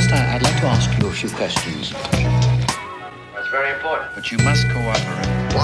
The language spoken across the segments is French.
First, I'd like to ask you a few questions. That's very important. But you must cooperate.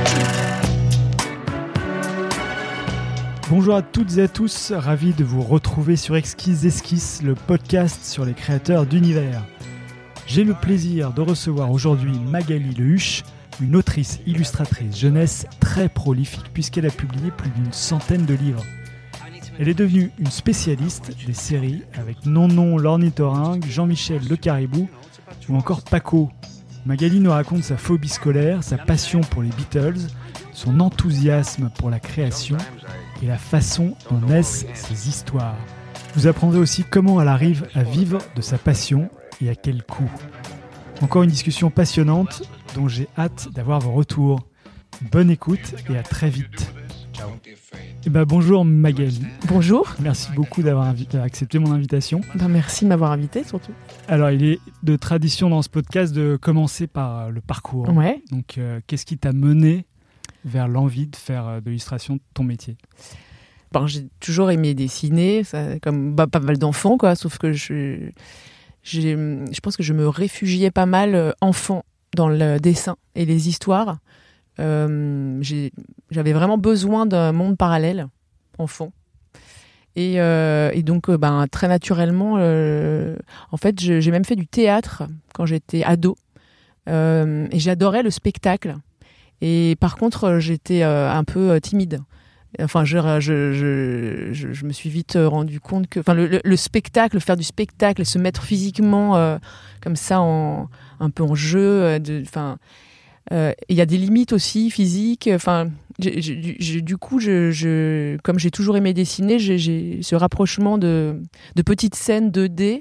Bonjour à toutes et à tous, ravi de vous retrouver sur Exquise Esquisse, le podcast sur les créateurs d'univers. J'ai le plaisir de recevoir aujourd'hui Magali Lehuche, une autrice illustratrice jeunesse très prolifique puisqu'elle a publié plus d'une centaine de livres. Elle est devenue une spécialiste des séries avec Non l'ornithorynque, Jean-Michel le caribou ou encore Paco. Magali nous raconte sa phobie scolaire, sa passion pour les Beatles, son enthousiasme pour la création et la façon dont naissent ses histoires. Vous apprendrez aussi comment elle arrive à vivre de sa passion et à quel coût. Encore une discussion passionnante dont j'ai hâte d'avoir vos retours. Bonne écoute et à très vite. Ciao. Bonjour Magali. Bonjour. Merci beaucoup d'avoir accepté mon invitation. Merci de m'avoir invité surtout. Alors il est de tradition dans ce podcast de commencer par le parcours. Ouais. Donc qu'est-ce qui t'a mené vers l'envie de faire de l'illustration ton métier? J'ai toujours aimé dessiner, ça, comme pas mal d'enfants, quoi, sauf que je pense que je me réfugiais pas mal enfant dans le dessin et les histoires. J'avais vraiment besoin d'un monde parallèle, enfant. Et donc, très naturellement, en fait, j'ai même fait du théâtre quand j'étais ado. Et j'adorais le spectacle. Et par contre, j'étais un peu timide. Enfin, je me suis vite rendu compte que, le spectacle, faire du spectacle, se mettre physiquement comme ça, un peu en jeu. Il y a des limites aussi physiques. Enfin, du coup, comme j'ai toujours aimé dessiner, j'ai ce rapprochement de petites scènes 2D.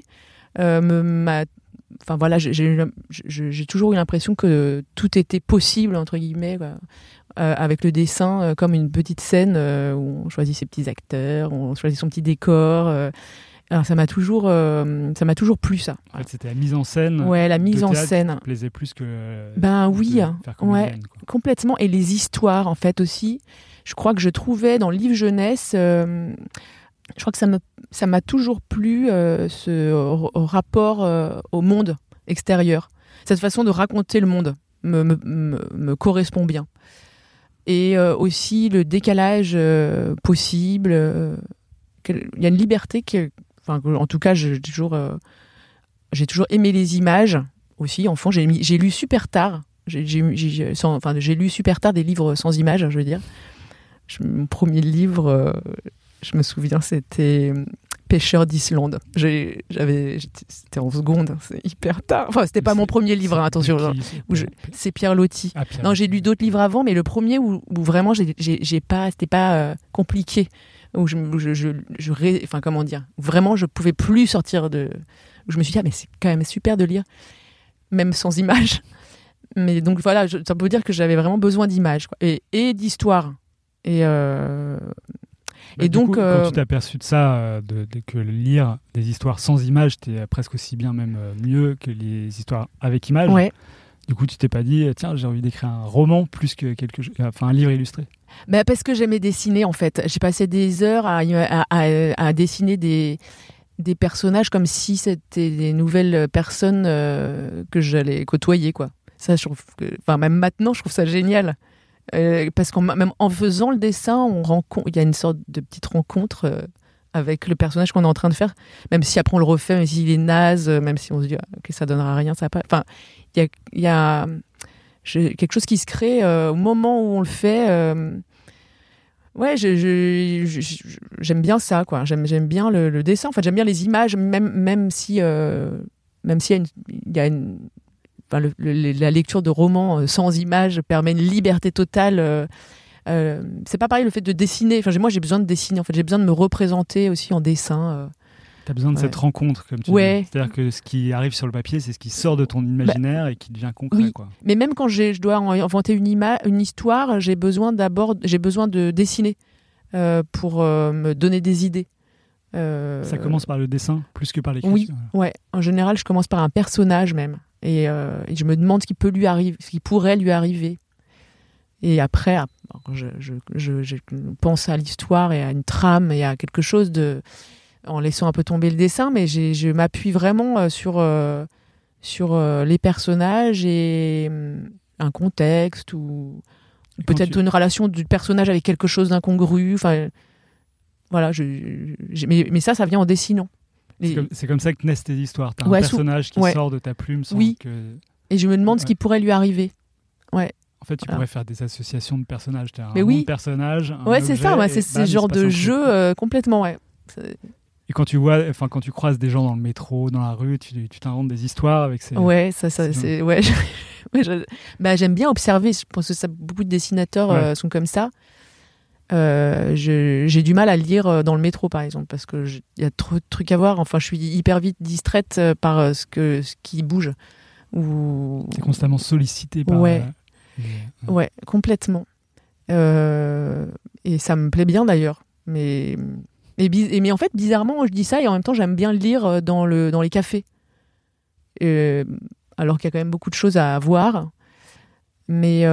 J'ai toujours eu l'impression que tout était possible entre guillemets, quoi. Avec le dessin, comme une petite scène où on choisit ses petits acteurs, on choisit son petit décor. Alors ça m'a toujours plu, ça. En fait, c'était la mise en scène. Ouais, la mise en scène. Qui te plaisait plus que. Oui, faire comédienne, quoi. Complètement. Et les histoires, en fait aussi. Je crois que je trouvais dans le livre jeunesse. Je crois que ça m'a toujours plu ce rapport au monde extérieur. Cette façon de raconter le monde me correspond bien. Et aussi le décalage possible. Il y a une liberté en tout cas, j'ai toujours aimé les images aussi. Enfant, j'ai lu super tard. J'ai lu super tard des livres sans images, je veux dire. Mon premier livre, je me souviens, c'était Pêcheur d'Islande. C'était en seconde, c'est hyper tard. Enfin, c'était pas mon premier livre, attention. C'est Pierre Loti. Non, j'ai lu d'autres livres avant, mais le premier où vraiment c'était pas compliqué. Où vraiment je pouvais plus sortir où je me suis dit mais c'est quand même super de lire même sans images. Mais donc voilà, ça peut dire que j'avais vraiment besoin d'images, quoi, et d'histoires et donc quand tu t'es aperçu de ça, que lire des histoires sans images c'était presque aussi bien, même mieux que les histoires avec images. Ouais. Du coup tu t'es pas dit tiens, j'ai envie d'écrire un roman plus que un livre illustré? Parce que j'aimais dessiner, en fait. J'ai passé des heures à dessiner des personnages comme si c'était des nouvelles personnes que j'allais côtoyer, quoi. Ça, je trouve même maintenant, je trouve ça génial. Parce même en faisant le dessin, il y a une sorte de petite rencontre avec le personnage qu'on est en train de faire. Même si après on le refait, même s'il est naze, même si on se dit que ça donnera rien, ça va pas. Enfin, il y a quelque chose qui se crée au moment où on le fait. J'aime bien ça, quoi. J'aime bien le dessin. En fait, j'aime bien les images, même si la lecture de romans sans images permet une liberté totale. C'est pas pareil le fait de dessiner. Enfin, moi, j'ai besoin de dessiner. En fait, j'ai besoin de me représenter aussi en dessin. T'as besoin de cette rencontre, comme tu dis. C'est-à-dire que ce qui arrive sur le papier, c'est ce qui sort de ton imaginaire et qui devient concret. Oui. Quoi. Mais même quand je dois inventer une histoire, j'ai besoin de dessiner pour me donner des idées. Ça commence par le dessin plus que par l'écriture. Oui, ouais. En général, je commence par un personnage même. Et je me demande ce qui pourrait lui arriver. Et après, je pense à l'histoire et à une trame et à quelque chose en laissant un peu tomber le dessin, mais je m'appuie vraiment sur les personnages et un contexte ou peut-être une relation du personnage avec quelque chose d'incongru. Enfin, voilà, mais ça vient en dessinant. C'est comme ça que naissent tes histoires. T'as un personnage qui sort de ta plume sans que... Et je me demande ce qui pourrait lui arriver. Ouais. En fait, tu pourrais faire des associations de personnages. T'as un nom de personnage, un ouais, objet, c'est ça. C'est ce genre de jeu complètement, ouais. Et quand tu croises des gens dans le métro, dans la rue, tu t'inventes des histoires avec ces... Ouais, c'est... Ouais, j'aime bien observer. Je pense que beaucoup de dessinateurs sont comme ça. J'ai du mal à lire dans le métro, par exemple, parce que il y a trop de trucs à voir. Enfin, je suis hyper vite distraite par ce qui bouge. T'es constamment sollicité par... Ouais, complètement. Et ça me plaît bien, d'ailleurs. Mais en fait, bizarrement, je dis ça et en même temps, j'aime bien lire dans les cafés. Alors qu'il y a quand même beaucoup de choses à voir. Mais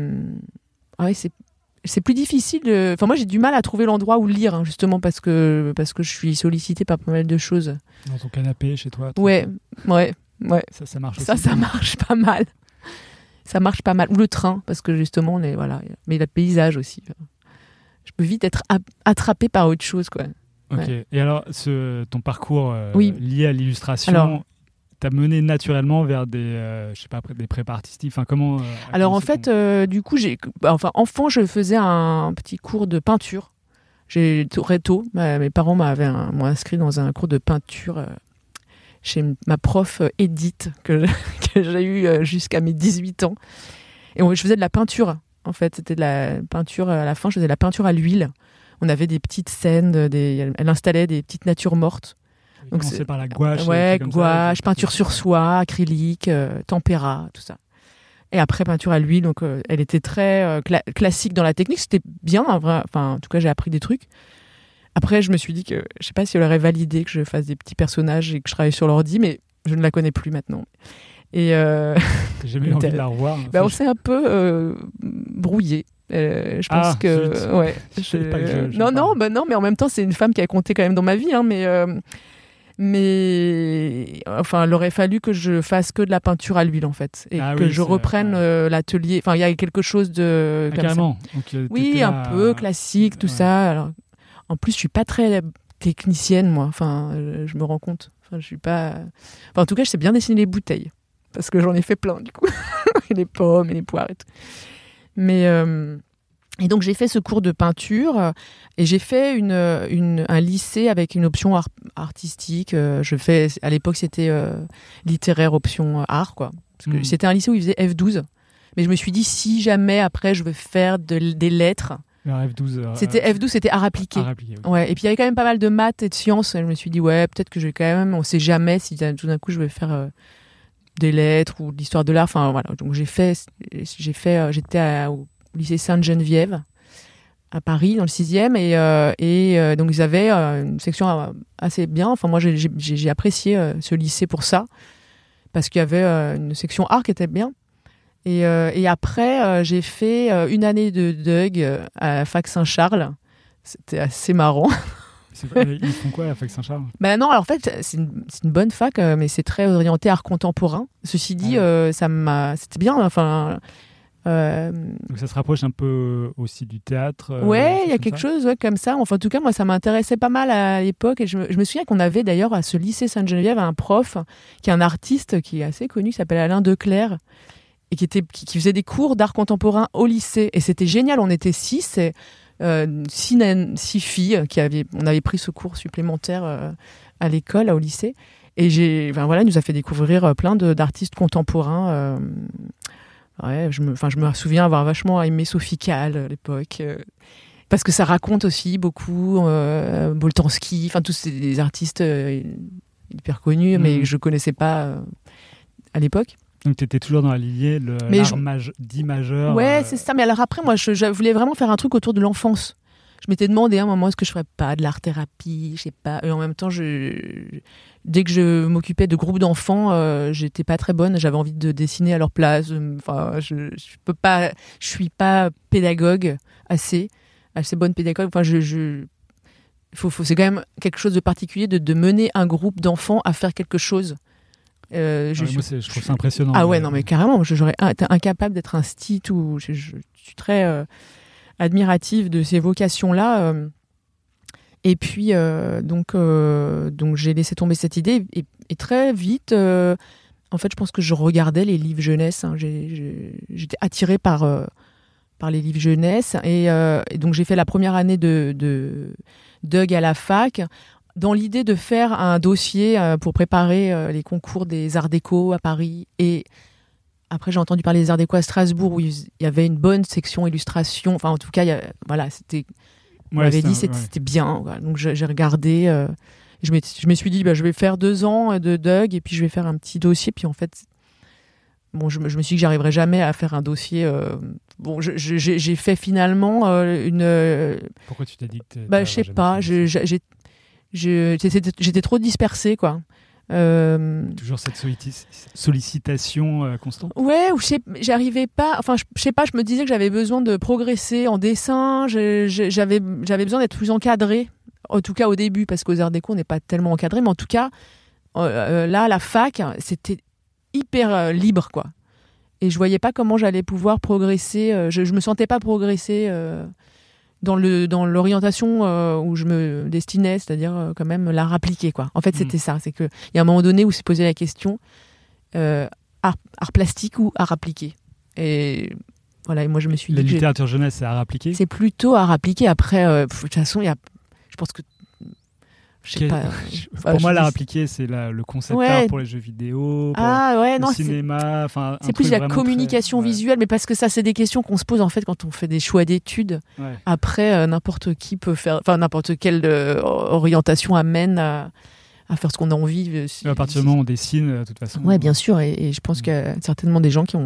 c'est plus difficile. Enfin, moi, j'ai du mal à trouver l'endroit où lire, hein, justement, parce que je suis sollicitée par pas mal de choses. Dans ton canapé, chez toi. Ouais. Ça marche aussi. Ça marche pas mal. Ça marche pas mal. Ou le train, parce que justement, on est, voilà. Mais le paysage aussi. Je peux vite être attrapée par autre chose, quoi. Ok. Ouais. Et alors, ton parcours lié à l'illustration... Alors, t'as mené naturellement vers des prépas artistiques. Enfin, comment alors en fait, du coup, enfant, je faisais un petit cours de peinture. J'ai très tôt, mes parents m'ont inscrit dans un cours de peinture chez ma prof Edith que j'ai eu jusqu'à mes 18 ans. Et je faisais de la peinture. En fait, c'était de la peinture à la fin. Je faisais de la peinture à l'huile. On avait des petites scènes. Elle installait des petites natures mortes. Donc c'est par la gouache. Ouais, gouache, peinture sur soie, acrylique, tempéra, tout ça. Et après peinture à l'huile, donc elle était très classique dans la technique. C'était bien, enfin en tout cas j'ai appris des trucs. Après je me suis dit que je sais pas si elle aurait validé que je fasse des petits personnages et que je travaille sur l'ordi, mais je ne la connais plus maintenant. Et j'ai jamais envie de la revoir. On s'est un peu brouillé. Je pense que ouais. Non, mais en même temps c'est une femme qui a compté quand même dans ma vie, hein, mais enfin, il aurait fallu que je fasse que de la peinture à l'huile en fait et que je reprenne l'atelier. Enfin, il y a quelque chose de carrément. Donc, un peu classique, tout ça. Alors, en plus, je suis pas très technicienne moi. Enfin, je me rends compte. Enfin, je suis pas. Enfin, en tout cas, je sais bien dessiner les bouteilles parce que j'en ai fait plein du coup, et les pommes et les poires et tout. Mais et donc j'ai fait ce cours de peinture et j'ai fait un lycée avec une option artistique. À l'époque c'était littéraire option art quoi. Parce que c'était un lycée où ils faisaient F12. Mais je me suis dit si jamais après je veux faire des lettres. Alors F12. C'était art appliqué. Art appliqué, oui. Ouais. Et puis il y avait quand même pas mal de maths et de sciences. Et je me suis dit ouais peut-être que je vais quand même. On sait jamais si tout d'un coup je vais faire des lettres ou de l'histoire de l'art. Enfin voilà. Donc j'étais au lycée Sainte-Geneviève à Paris dans le 6e et donc ils avaient une section assez bien. Enfin moi j'ai apprécié ce lycée pour ça parce qu'il y avait une section art qui était bien et après j'ai fait une année de Doug à la fac Saint-Charles. C'était assez marrant. Ils font quoi à la fac Saint-Charles? Non, alors en fait c'est une bonne fac mais c'est très orienté art contemporain. Ceci dit c'était bien. Enfin donc ça se rapproche un peu aussi du théâtre. Ouais, il y a quelque chose comme ça. Enfin, en tout cas, moi, ça m'intéressait pas mal à l'époque. Et je me souviens qu'on avait d'ailleurs à ce lycée Sainte-Geneviève un prof qui est un artiste qui est assez connu, qui s'appelle Alain Declerc, et qui faisait des cours d'art contemporain au lycée. Et c'était génial. On était 6 filles on avait pris ce cours supplémentaire à l'école, au lycée. Et il nous a fait découvrir plein d'artistes contemporains. Ouais, je me souviens avoir vachement aimé Sophie Calle à l'époque, parce que ça raconte aussi beaucoup Boltanski, enfin tous ces artistes hyper connus, mais je connaissais pas à l'époque. Donc tu étais toujours dans la lignée dit majeur. Ouais, c'est ça. Mais alors après, moi, je voulais vraiment faire un truc autour de l'enfance. Je m'étais demandé à un moment, est-ce que je ferais pas de l'art-thérapie, je sais pas. Et en même temps, dès que je m'occupais de groupes d'enfants, j'étais pas très bonne. J'avais envie de dessiner à leur place. Enfin, je suis pas pédagogue assez bonne pédagogue. Enfin, c'est quand même quelque chose de particulier de mener un groupe d'enfants à faire quelque chose. Je trouve ça impressionnant. Ah ouais, non, mais carrément, j'aurais été incapable d'être un stit ou je suis très admirative de ces vocations-là. Et puis, donc j'ai laissé tomber cette idée et très vite, en fait, je pense que je regardais les livres jeunesse. Hein. J'étais attirée par les livres jeunesse et donc j'ai fait la première année de Doug à la fac dans l'idée de faire un dossier pour préparer les concours des Arts Déco à Paris. Et après, j'ai entendu parler des Arts Déco à Strasbourg où il y avait une bonne section illustration. Enfin, en tout cas, c'était... On m'avait dit que c'était bien. Voilà. Donc, j'ai regardé. Je me suis dit, je vais faire 2 ans de Doug et puis je vais faire un petit dossier. Puis en fait, je me suis dit que j'arriverais jamais à faire un dossier. J'ai fait finalement une... Pourquoi tu t'es dit que je sais pas. J'étais trop dispersée, quoi. Toujours cette sollicitation constante. Ouais, ou j'arrivais pas. Enfin, je sais pas. Je me disais que j'avais besoin de progresser en dessin. J'avais besoin d'être plus encadrée. En tout cas, au début, parce qu'aux Arts Déco, on n'est pas tellement encadré. Mais en tout cas, là, à la fac, c'était hyper libre, quoi. Et je voyais pas comment j'allais pouvoir progresser. Je me sentais pas progresser dans l'orientation où je me destinais, c'est-à-dire quand même l'art appliqué, quoi. En fait, c'était ça. C'est qu'il y a un moment donné où s'est posé la question art plastique ou art appliqué. Et voilà, et moi je me suis dit... La littérature jeunesse, c'est art appliqué ? C'est plutôt art appliqué. Après, de toute façon, je pense que... Pour moi, l'art appliqué, c'est le concept art pour les jeux vidéo, pour le cinéma. C'est plus la communication visuelle, mais parce que ça, c'est des questions qu'on se pose en fait quand on fait des choix d'études. Ouais. Après, n'importe qui peut faire, n'importe quelle orientation amène à faire ce qu'on a envie. À partir du moment où on dessine, de toute façon. Ouais, bien sûr. Et je pense qu'il y a certainement des gens qui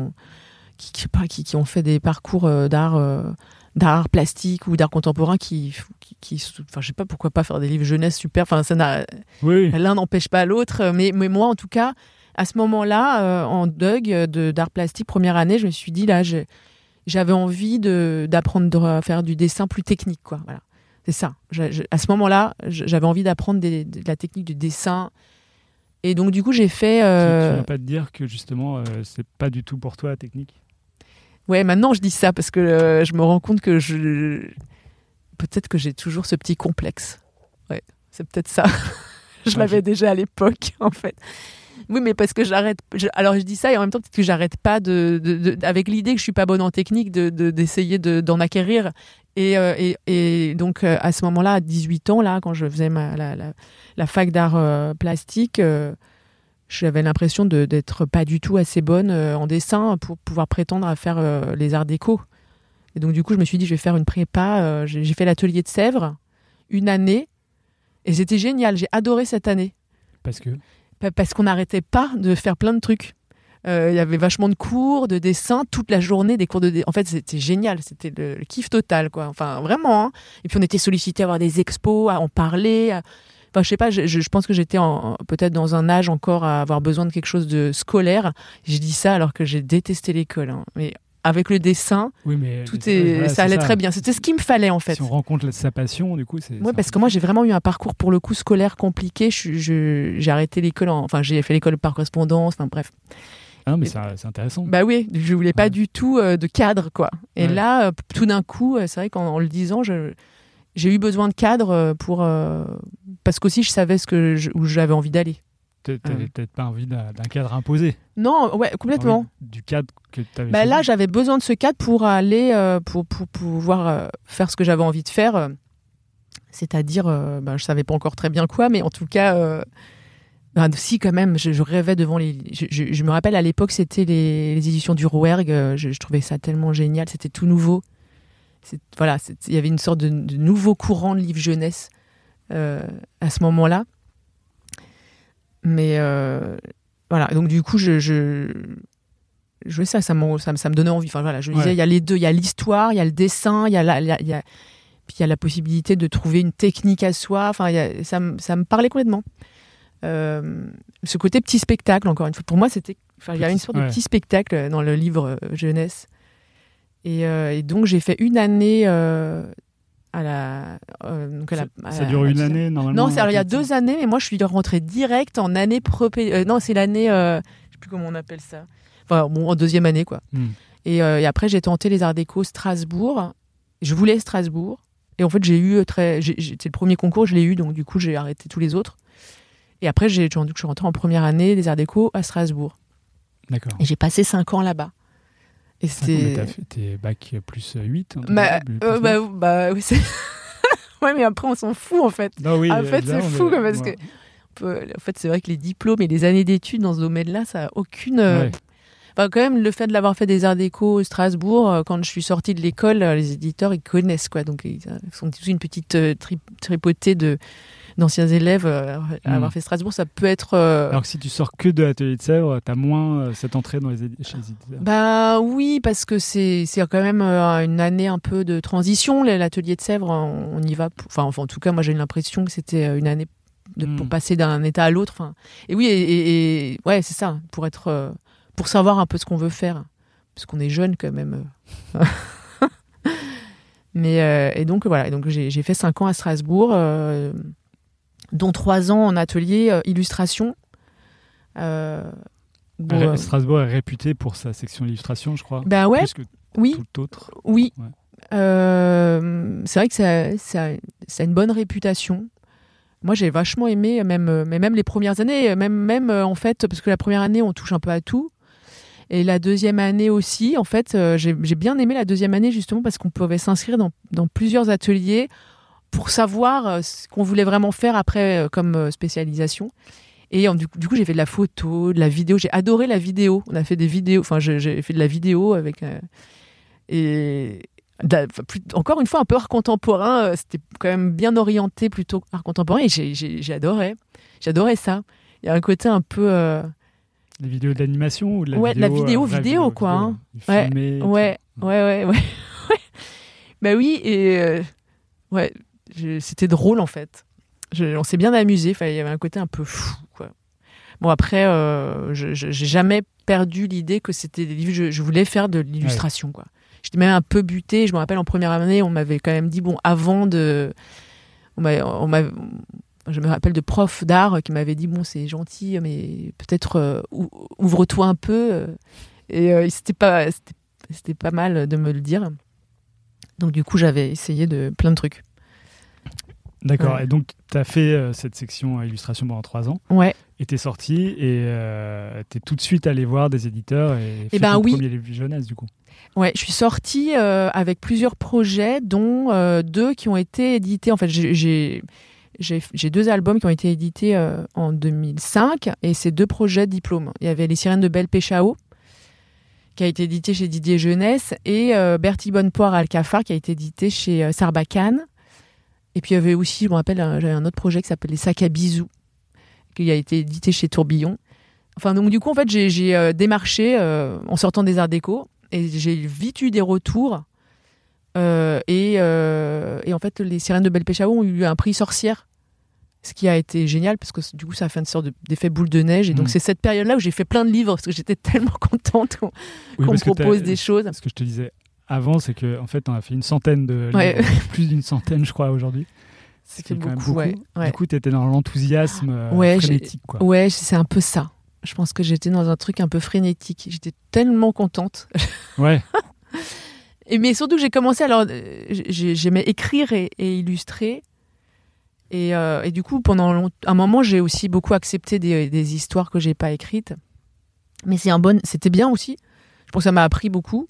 ont fait des parcours d'art plastique ou d'art contemporain qui je sais pas, pourquoi pas faire des livres jeunesse super, l'un n'empêche pas l'autre, mais moi en tout cas à ce moment-là en Doug d'art plastique première année, je me suis dit là j'avais envie d'apprendre à faire du dessin plus technique, quoi. Voilà, c'est ça. À ce moment-là j'avais envie d'apprendre de la technique du dessin. Et donc du coup j'ai fait Tu vas pas te dire que justement c'est pas du tout pour toi la technique? Ouais, maintenant je dis ça parce que je me rends compte que peut-être que j'ai toujours ce petit complexe. Ouais, c'est peut-être ça. Je l'avais déjà à l'époque, en fait. Oui, mais parce que alors je dis ça et en même temps peut-être que j'arrête pas avec l'idée que je suis pas bonne en technique d'essayer d'en acquérir. Et donc à ce moment-là, à 18 ans, là, quand je faisais la fac d'art plastique, j'avais l'impression d'être pas du tout assez bonne en dessin pour pouvoir prétendre à faire les Arts Déco. Et donc du coup, je me suis dit, je vais faire une prépa. J'ai fait l'atelier de Sèvres, 1 année, et c'était génial. J'ai adoré cette année. Parce qu'on n'arrêtait pas de faire plein de trucs. Il y avait vachement de cours de dessin toute la journée, des cours de en fait, c'était génial. C'était le kiff total, quoi. Enfin, vraiment. Hein. Et puis on était sollicités à avoir des expos, à en parler. Enfin, je sais pas, je pense que j'étais peut-être dans un âge encore à avoir besoin de quelque chose de scolaire. Je dis ça alors que j'ai détesté l'école. Hein. Mais avec le dessin, ça allait très bien. C'était ce qu'il me fallait, en fait. Si on rencontre sa passion, du coup, c'est... Oui, parce que moi, j'ai vraiment eu un parcours, pour le coup, scolaire compliqué. J'ai arrêté l'école, j'ai fait l'école par correspondance, enfin bref. Ah non, mais c'est intéressant. Bah oui, je voulais pas du tout de cadre, quoi. Et là, tout d'un coup, c'est vrai qu'en le disant, j'ai eu besoin de cadre parce qu'aussi je savais où j'avais envie d'aller. T'avais peut-être pas envie d'un cadre imposé. Non, ouais, complètement. Du cadre que t'avais choisi. Là, j'avais besoin de ce cadre pour aller pour pouvoir faire ce que j'avais envie de faire, c'est-à-dire, je savais pas encore très bien quoi, mais en tout cas, si quand même, je rêvais devant les. Je me rappelle à l'époque, c'était les éditions du Rouergue. Je trouvais ça tellement génial, c'était tout nouveau. Il y avait une sorte de nouveau courant de livres jeunesse à ce moment-là. Mais voilà, donc du coup, ça me donnait envie. Enfin voilà, je disais, il y a les deux, il y a l'histoire, il y a le dessin, puis il y a la possibilité de trouver une technique à soi. Enfin, ça me parlait complètement. Ce côté petit spectacle, encore une fois, pour moi, il y avait une sorte de petit spectacle dans le livre jeunesse. Et donc j'ai fait 1 année Ça dure une année normalement. Non, il y a 2 années, mais moi je suis rentrée direct en année non, c'est l'année, je sais plus comment on appelle ça. Enfin, en 2e année, quoi. Et après, j'ai tenté les Arts Déco Strasbourg. Je voulais Strasbourg. Et en fait, c'était le premier concours, je l'ai eu, donc du coup, j'ai arrêté tous les autres. Et après, je suis rentrée en première année des Arts Déco à Strasbourg. D'accord. Et j'ai passé 5 ans là-bas. Et c'était... T'as fait tes bacs plus 8 oui, c'est... Ouais, mais après, on s'en fout, en fait. Non, oui, en fait, c'est fou, parce que... En fait, c'est vrai que les diplômes et les années d'études dans ce domaine-là, ça n'a aucune... Enfin, quand même, le fait de l'avoir fait des Arts Déco Strasbourg, quand je suis sortie de l'école, les éditeurs, ils connaissent, quoi. Donc, ils sont tous une petite tripotée d'anciens élèves à avoir fait Strasbourg. Ça peut être... Alors que si tu sors que de l'atelier de Sèvres, t'as moins cette entrée chez les éditeurs. Bah oui, parce que c'est quand même une année un peu de transition. L'atelier de Sèvres, on y va... Enfin, en tout cas, moi, j'ai eu l'impression que c'était une année pour passer d'un état à l'autre. Enfin, et oui, et ouais, c'est ça, pour savoir un peu ce qu'on veut faire, parce qu'on est jeune quand même. Mais et donc voilà, et donc j'ai fait 5 ans à Strasbourg, dont 3 ans en atelier illustration. Strasbourg est réputé pour sa section illustration, je crois. Ben ouais, plus que tout autre. Oui. Ouais. C'est vrai que ça a une bonne réputation. Moi, j'ai vachement aimé, même les premières années, même en fait, parce que la première année, on touche un peu à tout. Et la 2e année aussi, en fait, j'ai bien aimé la 2e année, justement, parce qu'on pouvait s'inscrire dans plusieurs ateliers pour savoir ce qu'on voulait vraiment faire après comme spécialisation. Et du coup, j'ai fait de la photo, de la vidéo. J'ai adoré la vidéo. On a fait des vidéos. Enfin, j'ai fait de la vidéo avec... encore une fois, un peu art contemporain. C'était quand même bien orienté plutôt art contemporain. Et j'ai adoré. J'adorais ça. Il y a un côté un peu... Les vidéos d'animation ou de la vidéo, quoi. Hein. Ouais. Bah oui, et c'était drôle en fait. On s'est bien amusé. Il y avait un côté un peu fou, quoi. Bon, après, j'ai jamais perdu l'idée que c'était des livres. Je voulais faire de l'illustration, quoi. J'étais même un peu butée. Je me rappelle en première année, on m'avait quand même dit avant de. Je me rappelle de profs d'art qui m'avaient dit c'est gentil, mais peut-être ouvre-toi un peu. Et c'était pas mal de me le dire. Donc du coup, j'avais essayé de plein de trucs. D'accord. Ouais. Et donc, tu as fait cette section illustration pendant 3 ans. Ouais. Et tu es sortie et tu es tout de suite allée voir des éditeurs et fait ton premier livre jeunesse, du coup. Ouais, je suis sortie avec plusieurs projets, dont 2 qui ont été édités. En fait, j'ai 2 albums qui ont été édités en 2005 et c'est 2 projets de diplôme. Il y avait Les Sirènes de Belle Péchao, qui a été édité chez Didier Jeunesse, et Bertie Bonnepoire Alcafar, qui a été édité chez Sarbacane. Et puis il y avait aussi, je me rappelle, j'avais un autre projet qui s'appelle Les Sacs à Bisous, qui a été édité chez Tourbillon. Enfin, donc du coup, en fait, j'ai démarché en sortant des Arts Déco et j'ai vite eu des retours. Et en fait, Les Sirènes de Belle Péchao ont eu un prix Sorcière, ce qui a été génial parce que du coup, ça a fait une sorte d'effet boule de neige. Et donc, c'est cette période-là où j'ai fait plein de livres parce que j'étais tellement contente qu'on me propose des choses. Ce que je te disais avant, c'est qu'en fait, on a fait une centaine de livres, plus d'une centaine, je crois, aujourd'hui. C'est beaucoup, beaucoup. Ouais. Du coup, tu étais dans l'enthousiasme frénétique, quoi. Ouais, c'est un peu ça. Je pense que j'étais dans un truc un peu frénétique. J'étais tellement contente. Ouais. Mais surtout, j'ai commencé, alors, j'aimais écrire et illustrer. Et du coup, pendant un moment, j'ai aussi beaucoup accepté des histoires que j'ai pas écrites. Mais c'était bien aussi. Je pense que ça m'a appris beaucoup.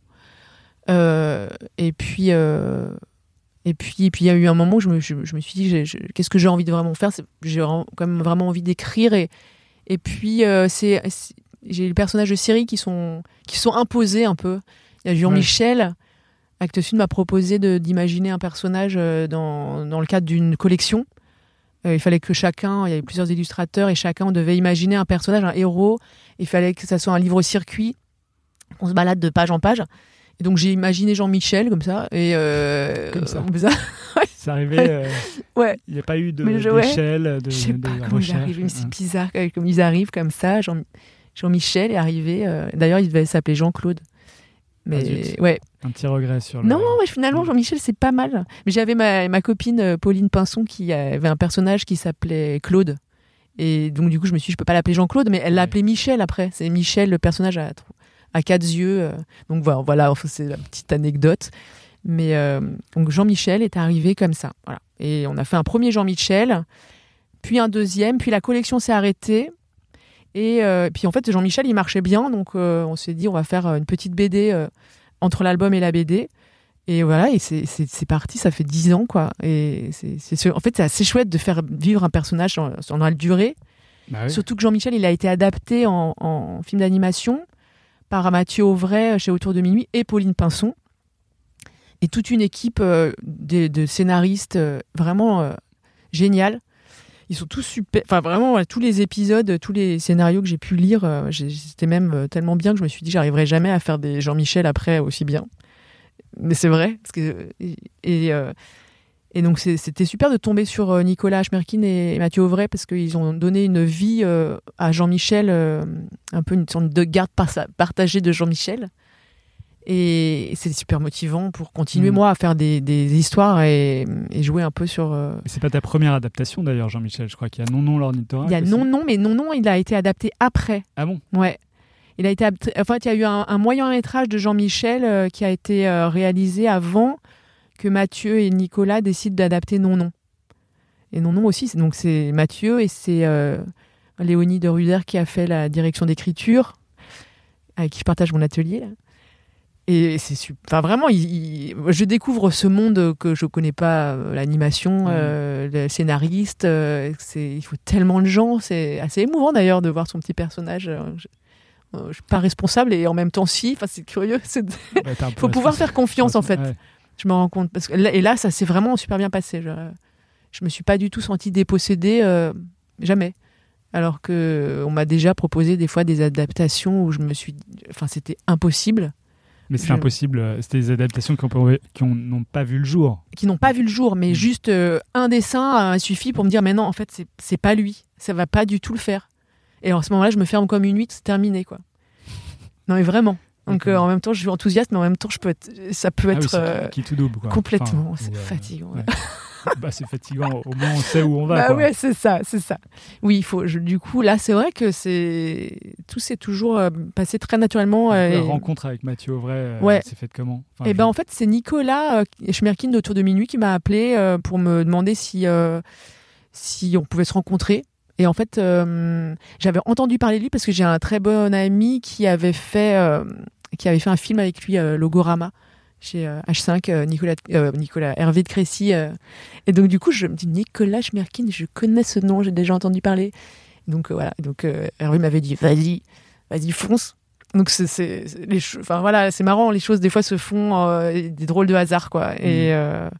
Et puis, il y a eu un moment où je me suis dit, qu'est-ce que j'ai envie de vraiment faire ? J'ai quand même vraiment envie d'écrire. Et puis, j'ai les personnages de série qui sont imposés un peu. Il y a Jean-Michel. Actes Sud m'a proposé d'imaginer un personnage dans le cadre d'une collection. Il fallait que il y avait plusieurs illustrateurs et chacun on devait imaginer un personnage, un héros. Il fallait que ça soit un livre-circuit, qu'on se balade de page en page. Et donc j'ai imaginé Jean-Michel comme ça. Et comme ça. Ouais. C'est arrivé. Ouais. Il n'y a pas eu d'échelle, de je sais pas comment recherche. ils arrivent, mais c'est bizarre comme ils arrivent comme ça. Jean-Michel est arrivé. D'ailleurs, il devait s'appeler Jean-Claude. Mais ouais. Un petit regret sur le... Non, finalement, Jean-Michel, c'est pas mal. Mais j'avais ma copine Pauline Pinson qui avait un personnage qui s'appelait Claude. Et donc, du coup, je me suis dit, je peux pas l'appeler Jean-Claude, mais elle l'a appelé Michel après. C'est Michel, le personnage à 4 yeux. Donc voilà, c'est la petite anecdote. Mais donc Jean-Michel est arrivé comme ça. Voilà. Et on a fait un premier Jean-Michel, puis un deuxième, puis la collection s'est arrêtée. Et puis en fait, Jean-Michel, il marchait bien, donc on s'est dit, on va faire une petite BD entre l'album et la BD. Et voilà, et c'est parti, ça fait 10 ans, quoi. Et en fait, c'est assez chouette de faire vivre un personnage dans la durée. Bah oui. Surtout que Jean-Michel, il a été adapté en film d'animation par Mathieu Auvray chez Autour de Minuit et Pauline Pinson. Et toute une équipe de scénaristes vraiment génial. Ils sont tous super. Enfin, vraiment, tous les épisodes, tous les scénarios que j'ai pu lire, c'était même tellement bien que je me suis dit, j'arriverai jamais à faire des Jean-Michel après aussi bien. Mais c'est vrai. Et donc, c'était super de tomber sur Nicolas Schmerkin et Mathieu Auvray parce qu'ils ont donné une vie à Jean-Michel, un peu une sorte de garde partagée de Jean-Michel. Et c'est super motivant pour continuer, moi, à faire des histoires et jouer un peu sur... C'est pas ta première adaptation, d'ailleurs, Jean-Michel. Je crois qu'il y a Non, l'ornithorynque. Il y a Non, mais Non, il a été adapté après. Ah bon ? Ouais. Il a été en fait, il y a eu un moyen-métrage de Jean-Michel qui a été réalisé avant que Mathieu et Nicolas décident d'adapter Non. Et Non aussi, c'est Mathieu et c'est Léonie de Ruder qui a fait la direction d'écriture, avec qui je partage mon atelier, là. Et c'est super. Enfin, vraiment, je découvre ce monde que je connais pas, l'animation, le scénariste. Il faut tellement de gens. C'est assez émouvant d'ailleurs de voir son petit personnage. Je suis pas responsable et en même temps si. Enfin, c'est curieux. Il faut pouvoir faire confiance en fait. Ouais. Je me rends compte parce que là, ça s'est vraiment super bien passé. Je me suis pas du tout sentie dépossédée, jamais. Alors que on m'a déjà proposé des fois des adaptations où je me suis, enfin, c'était impossible. Mais c'est impossible, c'était des adaptations qui n'ont pas vu le jour. Qui n'ont pas vu le jour, mais juste un dessin suffit pour me dire, mais non, en fait, c'est pas lui, ça va pas du tout le faire. Et à ce moment-là, je me ferme comme une huître, c'est terminé, quoi. Non, mais vraiment. Donc en même temps, je suis enthousiaste, mais en même temps, ça peut être qui tout double, quoi. Complètement, c'est fatigant. Ouais. C'est fatigant, au moins on sait où on va. Bah quoi. Ouais, c'est ça. Oui, du coup, là, c'est vrai que tout s'est toujours passé très naturellement. La rencontre avec Mathieu Auvray, s'est faite comment ? En fait, c'est Nicolas Schmerkin d'Autour de Minuit qui m'a appelé pour me demander si on pouvait se rencontrer. Et en fait, j'avais entendu parler de lui parce que j'ai un très bon ami qui avait fait un film avec lui, Logorama, chez H5, Nicolas Hervé de Crécy. Et donc, du coup, je me dis, Nicolas Schmerkin, je connais ce nom, j'ai déjà entendu parler. Donc, voilà. Donc, Hervé m'avait dit, vas-y, fonce. Donc, c'est marrant, les choses, des fois, se font des drôles de hasard, quoi. Et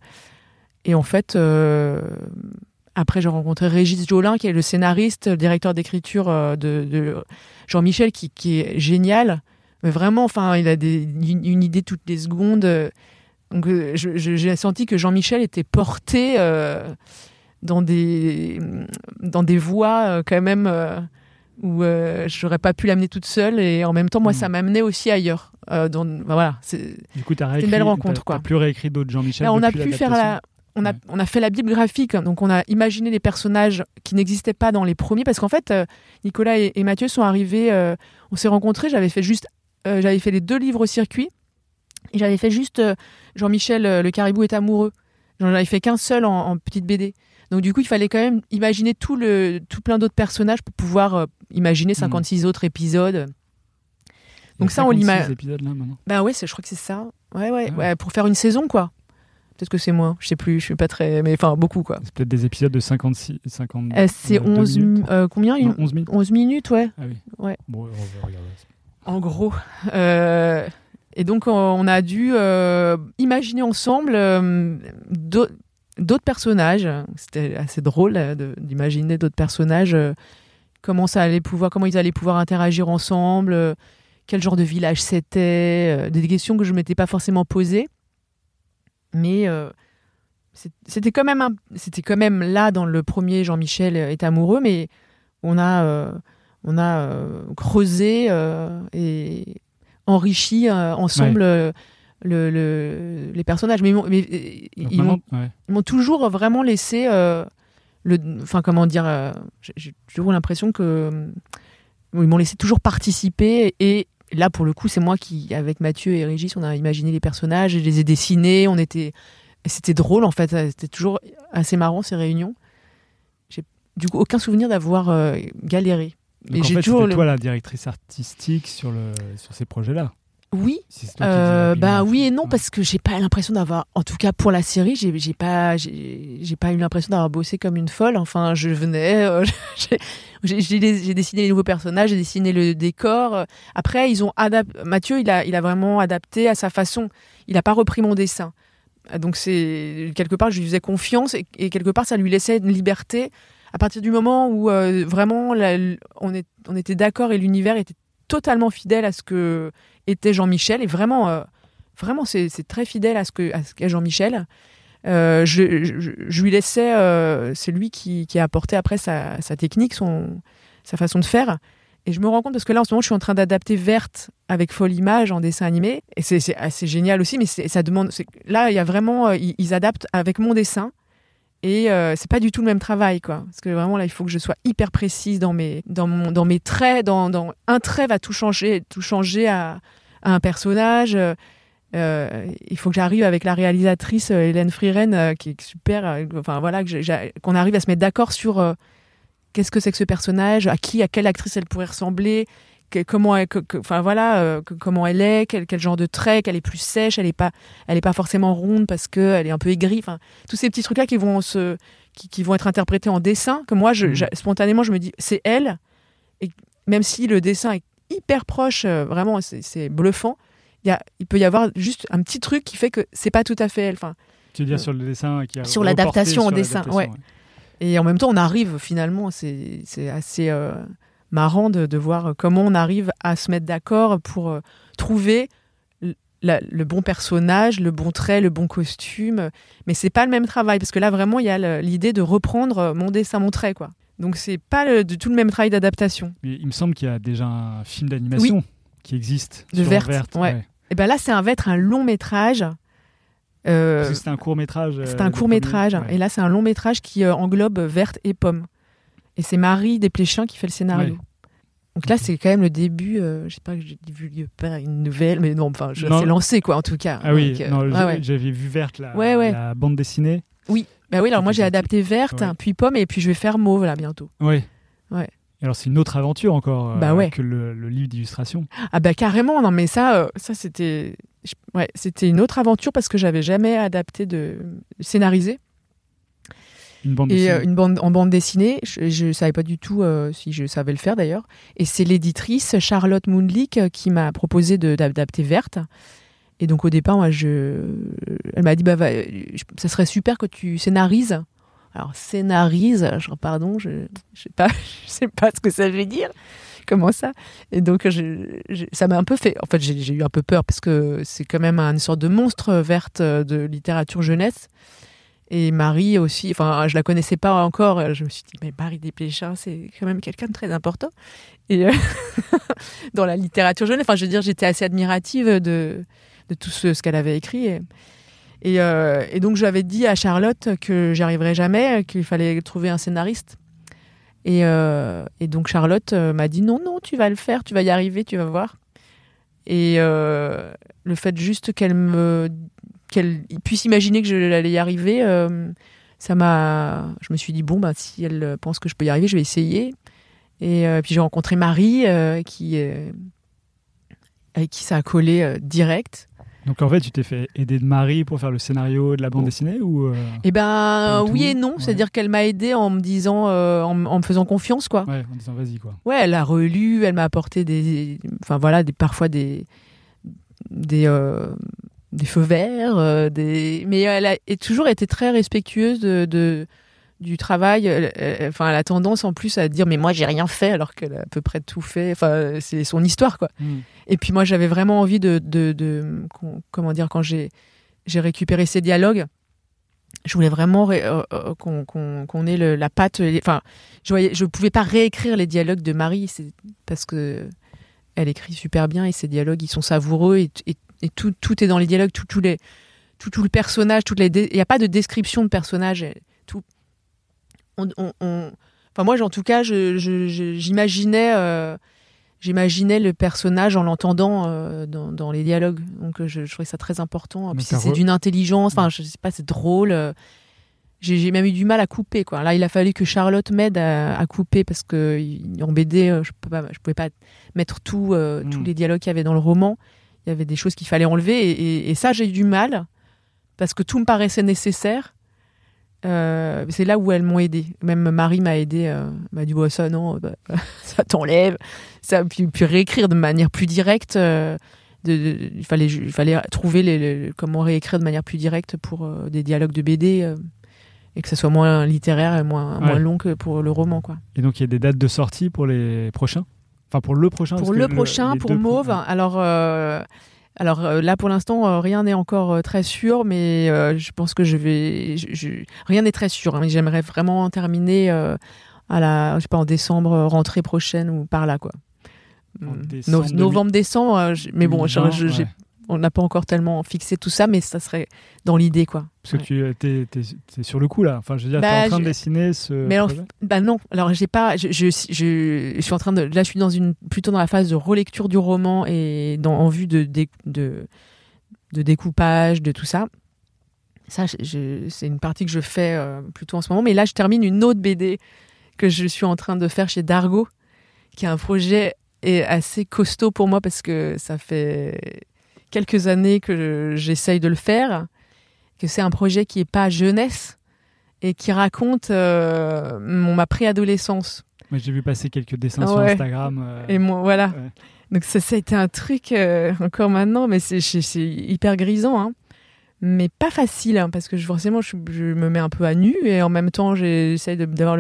en fait, après, j'ai rencontré Régis Jolin, qui est le scénariste, le directeur d'écriture de Jean-Michel, qui est génial. Mais vraiment, enfin, il a une idée toutes les secondes. Donc, j'ai senti que Jean-Michel était porté dans des voies quand même où j'aurais pas pu l'amener toute seule. Et en même temps, moi, ça m'amenait aussi ailleurs. Voilà, du coup, c'est une belle rencontre. T'as plus réécrit d'autres Jean-Michel. Là, on a pu faire on a fait la Bible graphique, donc on a imaginé les personnages qui n'existaient pas dans les premiers, parce qu'en fait, Nicolas et Mathieu sont arrivés, on s'est rencontrés, j'avais fait les 2 livres au circuit, et j'avais fait juste Jean-Michel, le caribou est amoureux. J'en avais fait qu'un seul en petite BD. Donc du coup, il fallait quand même imaginer tout plein d'autres personnages pour pouvoir imaginer 56 autres épisodes. Donc ça, on l'imagine. Épisodes là maintenant. Bah ouais, je crois que c'est ça. Ouais, pour faire une saison, quoi. Peut-être que c'est moins, je sais plus, je suis pas très... Mais enfin, beaucoup, quoi. C'est peut-être des épisodes de 56... c'est 11 minutes. Combien 11 minutes. 11 minutes, ouais. Ah oui. Ouais. Bon, on va regarder ça. En gros. Et donc, on a dû imaginer ensemble d'autres personnages. C'était assez drôle d'imaginer d'autres personnages, comment ils allaient pouvoir interagir ensemble, quel genre de village c'était, des questions que je ne m'étais pas forcément posées. Mais c'était quand même là dans le premier Jean-Michel est amoureux, mais on a creusé et enrichi ensemble les personnages. Mais ils m'ont toujours vraiment laissé j'ai toujours l'impression que ils m'ont laissé toujours participer. Et là, pour le coup, c'est moi qui, avec Mathieu et Régis, on a imaginé les personnages, je les ai dessinés, c'était drôle en fait, c'était toujours assez marrant ces réunions. J'ai du coup aucun souvenir d'avoir galéré. Donc et en fait, c'était toi la directrice artistique sur ces projets-là. Oui, oui et non, parce que j'ai pas l'impression d'avoir, en tout cas pour la série, j'ai pas eu l'impression d'avoir bossé comme une folle. Enfin, je venais, j'ai dessiné les nouveaux personnages, j'ai dessiné le décor. Après, Mathieu, il a vraiment adapté à sa façon. Il a pas repris mon dessin. Donc c'est quelque part, je lui faisais confiance et quelque part, ça lui laissait une liberté. À partir du moment où vraiment on était d'accord et l'univers était totalement fidèle à ce que était Jean-Michel, et vraiment c'est très fidèle à ce qu'est Jean-Michel. Je lui laissais, c'est lui qui a apporté après sa technique, sa façon de faire. Et je me rends compte, parce que là en ce moment je suis en train d'adapter Verte avec Folle Image en dessin animé, et c'est assez génial aussi, mais ça demande, là il y a vraiment, ils adaptent avec mon dessin. Et c'est pas du tout le même travail, quoi. Parce que vraiment là, il faut que je sois hyper précise dans mes traits. Dans un trait va tout changer à un personnage. Il faut que j'arrive avec la réalisatrice Hélène Frieren, qui est super. Enfin voilà, qu'on arrive à se mettre d'accord sur qu'est-ce que c'est que ce personnage, à quelle actrice elle pourrait ressembler. Comment elle est, quel genre de trait, qu'elle est plus sèche, elle est pas forcément ronde parce que elle est un peu aigrie. Enfin, tous ces petits trucs-là qui vont être interprétés en dessin, que moi, spontanément, je me dis, c'est elle. Et même si le dessin est hyper proche, vraiment, c'est bluffant, il peut y avoir juste un petit truc qui fait que c'est pas tout à fait elle. Enfin, tu veux dire sur le dessin sur l'adaptation au dessin, ouais. Et en même temps, on arrive finalement, c'est assez marrant de voir comment on arrive à se mettre d'accord pour trouver le bon personnage, le bon trait, le bon costume. Mais c'est pas le même travail, parce que là vraiment il y a l'idée de reprendre mon dessin, mon trait, quoi. Donc c'est pas du tout le même travail d'adaptation. Mais il me semble qu'il y a déjà un film d'animation qui existe de sur Verte. Ouais. Et ben là c'est un long métrage. Parce que c'était un court métrage. C'était un court métrage, et là c'est un long métrage qui englobe Verte et Pomme. Et c'est Marie Desplechin qui fait le scénario. Ouais. Donc là, c'est quand même le début. Je sais pas que j'ai vu une nouvelle, mais non, enfin, c'est lancé, quoi, en tout cas. Ah oui, j'avais vu Verte, la bande dessinée. Oui, alors moi j'ai adapté Verte, puis Pomme, et puis je vais faire Mauve là bientôt. Oui. Ouais. Et alors c'est une autre aventure encore que le livre d'illustration. Ah bah carrément, non mais ça c'était une autre aventure, parce que j'avais jamais adapté scénarisé. Une bande dessinée. En bande dessinée, je savais pas du tout si je savais le faire d'ailleurs. Et c'est l'éditrice Charlotte Mundlik qui m'a proposé d'adapter Verte. Et donc au départ, elle m'a dit ça serait super que tu scénarises. Alors scénarise, je sais pas ce que ça veut dire. Comment ça? Et donc ça m'a un peu fait. En fait, j'ai eu un peu peur, parce que c'est quand même une sorte de monstre Verte de littérature jeunesse. Et Marie aussi, enfin, je la connaissais pas encore. Je me suis dit, mais Marie Desplechin, c'est quand même quelqu'un de très important. Et dans la littérature jeune, enfin, je veux dire, j'étais assez admirative de tout ce qu'elle avait écrit. Et donc, j'avais dit à Charlotte que j'y arriverais jamais, qu'il fallait trouver un scénariste. Et donc, Charlotte m'a dit, non, tu vas le faire, tu vas y arriver, tu vas voir. Et le fait juste qu'elle puisse imaginer que j'allais y arriver, je me suis dit, si elle pense que je peux y arriver, je vais essayer. Et puis j'ai rencontré Marie, avec qui ça a collé direct. Donc en fait, tu t'es fait aider de Marie pour faire le scénario de la bande dessinée, ou oui et non, c'est-à-dire qu'elle m'a aidé en me disant, en me faisant confiance, quoi. Ouais, en disant vas-y, quoi. Ouais, elle a relu, elle m'a apporté parfois des feux verts, mais elle a toujours été très respectueuse du travail. Elle a tendance en plus à dire, mais moi j'ai rien fait, alors qu'elle a à peu près tout fait. Enfin, c'est son histoire, quoi. Et puis moi j'avais vraiment envie quand j'ai récupéré ces dialogues, je voulais vraiment qu'on ait la patte. Enfin, je pouvais pas réécrire les dialogues de Marie, parce que elle écrit super bien et ses dialogues, ils sont savoureux et tout est dans les dialogues, tout le personnage, il n'y a pas de description de personnage. Tout. Enfin, moi, en tout cas, j'imaginais le personnage en l'entendant dans les dialogues. Donc, je trouvais ça très important. Puis c'est d'une intelligence. Enfin, je sais pas, c'est drôle. J'ai même eu du mal à couper, quoi. Là, il a fallu que Charlotte m'aide à couper parce que en BD, je pouvais pas mettre tous les dialogues qu'il y avait dans le roman. Il y avait des choses qu'il fallait enlever et ça, j'ai eu du mal parce que tout me paraissait nécessaire. C'est là où elles m'ont aidé. Même Marie m'a aidé. M'a dit ça non, ça t'enlève. Ça puis réécrire de manière plus directe. Il fallait trouver comment réécrire de manière plus directe pour des dialogues de BD. Et que ça soit moins littéraire et moins long que pour le roman, quoi. Et donc il y a des dates de sortie pour les prochains, enfin pour le prochain. Pour le prochain, pour Mauve. Alors là pour l'instant rien n'est encore très sûr, mais je pense que rien n'est très sûr. Hein, mais j'aimerais vraiment terminer je sais pas, en décembre, rentrée prochaine ou par là, quoi. Novembre-décembre. Mais bon, on n'a pas encore tellement fixé tout ça, mais ça serait dans l'idée, quoi. Parce que t'es sur le coup, là. Enfin, je veux dire, t'es en train de dessiner ce projet. Non. Alors, j'ai pas... Je suis en train de... Là, je suis plutôt dans la phase de relecture du roman et en vue de découpage, de tout ça. Ça, c'est une partie que je fais plutôt en ce moment. Mais là, je termine une autre BD que je suis en train de faire chez Dargaud, qui est un projet assez costaud pour moi parce que ça fait quelques années que j'essaye de le faire, que c'est un projet qui n'est pas jeunesse et qui raconte ma préadolescence. Mais j'ai vu passer quelques dessins sur Instagram. Et moi, voilà. Ouais. Donc ça a été un truc, encore maintenant, mais c'est hyper grisant, hein. Mais pas facile, hein, parce que forcément, je me mets un peu à nu et en même temps, j'essaye d'avoir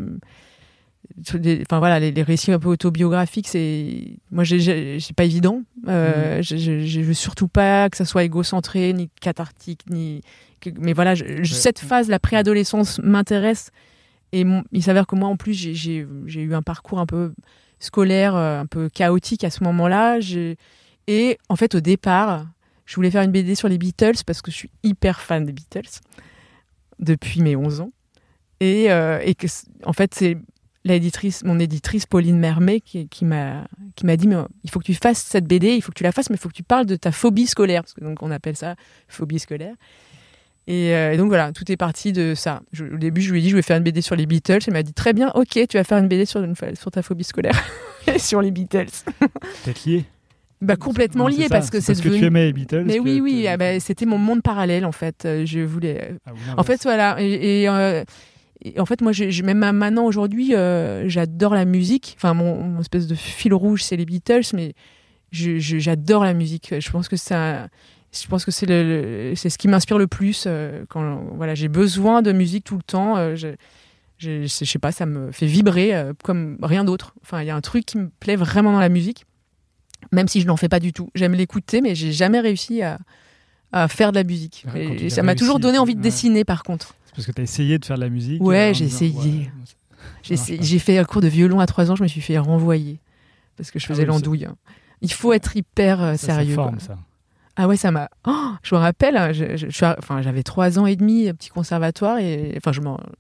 les récits un peu autobiographiques, c'est pas évident. Je veux surtout pas que ça soit égocentré ni cathartique mais voilà, cette phase, la préadolescence m'intéresse et il s'avère que moi en plus j'ai eu un parcours un peu scolaire, un peu chaotique à ce moment-là. Et en fait au départ je voulais faire une BD sur les Beatles parce que je suis hyper fan des Beatles depuis mes 11 ans et que en fait c'est mon éditrice Pauline Mermet qui m'a dit mais il faut que tu fasses cette BD, il faut que tu la fasses, mais il faut que tu parles de ta phobie scolaire, parce que donc on appelle ça phobie scolaire. Et donc voilà, tout est parti de ça. Au début, je lui ai dit je vais faire une BD sur les Beatles. Elle m'a dit très bien, ok, tu vas faire une BD sur ta phobie scolaire et sur les Beatles. Peut-être lié. complètement lié parce que c'est devenu... que tu aimais les Beatles. Mais oui, c'était mon monde parallèle en fait. Je voulais. En fait, voilà. Et en fait, moi, même maintenant aujourd'hui, j'adore la musique. Enfin, mon espèce de fil rouge, c'est les Beatles, mais j'adore la musique. Je pense que c'est ce qui m'inspire le plus quand j'ai besoin de musique tout le temps. Je sais pas, ça me fait vibrer comme rien d'autre. Enfin, il y a un truc qui me plaît vraiment dans la musique, même si je n'en fais pas du tout. J'aime l'écouter, mais j'ai jamais réussi à faire de la musique. Et ça m'a toujours donné envie de dessiner, par contre. C'est parce que tu as essayé de faire de la musique. Ouais, j'ai essayé. J'ai fait un cours de violon à 3 ans, je me suis fait renvoyer parce que je faisais l'andouille. Il faut être hyper sérieux. Forme, ça. Ah ouais, ça m'a... Oh, je me rappelle, j'avais 3 ans et demi, petit conservatoire, et enfin, je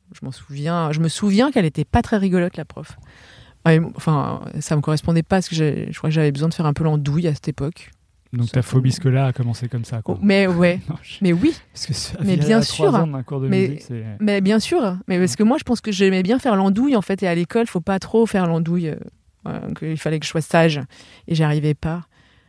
me souviens qu'elle était pas très rigolote, la prof. Ouais, enfin, ça me correspondait pas, parce que je crois que j'avais besoin de faire un peu l'andouille à cette époque. Donc ta phobie scolaire a commencé comme ça, quoi. Mais ouais, mais oui. Parce que mais bien sûr. 3 ans d'un cours de musique, c'est... Mais bien sûr. Mais parce que moi, je pense que j'aimais bien faire l'andouille, en fait, et à l'école, faut pas trop faire l'andouille. Il fallait que je sois sage, et j'y arrivais pas.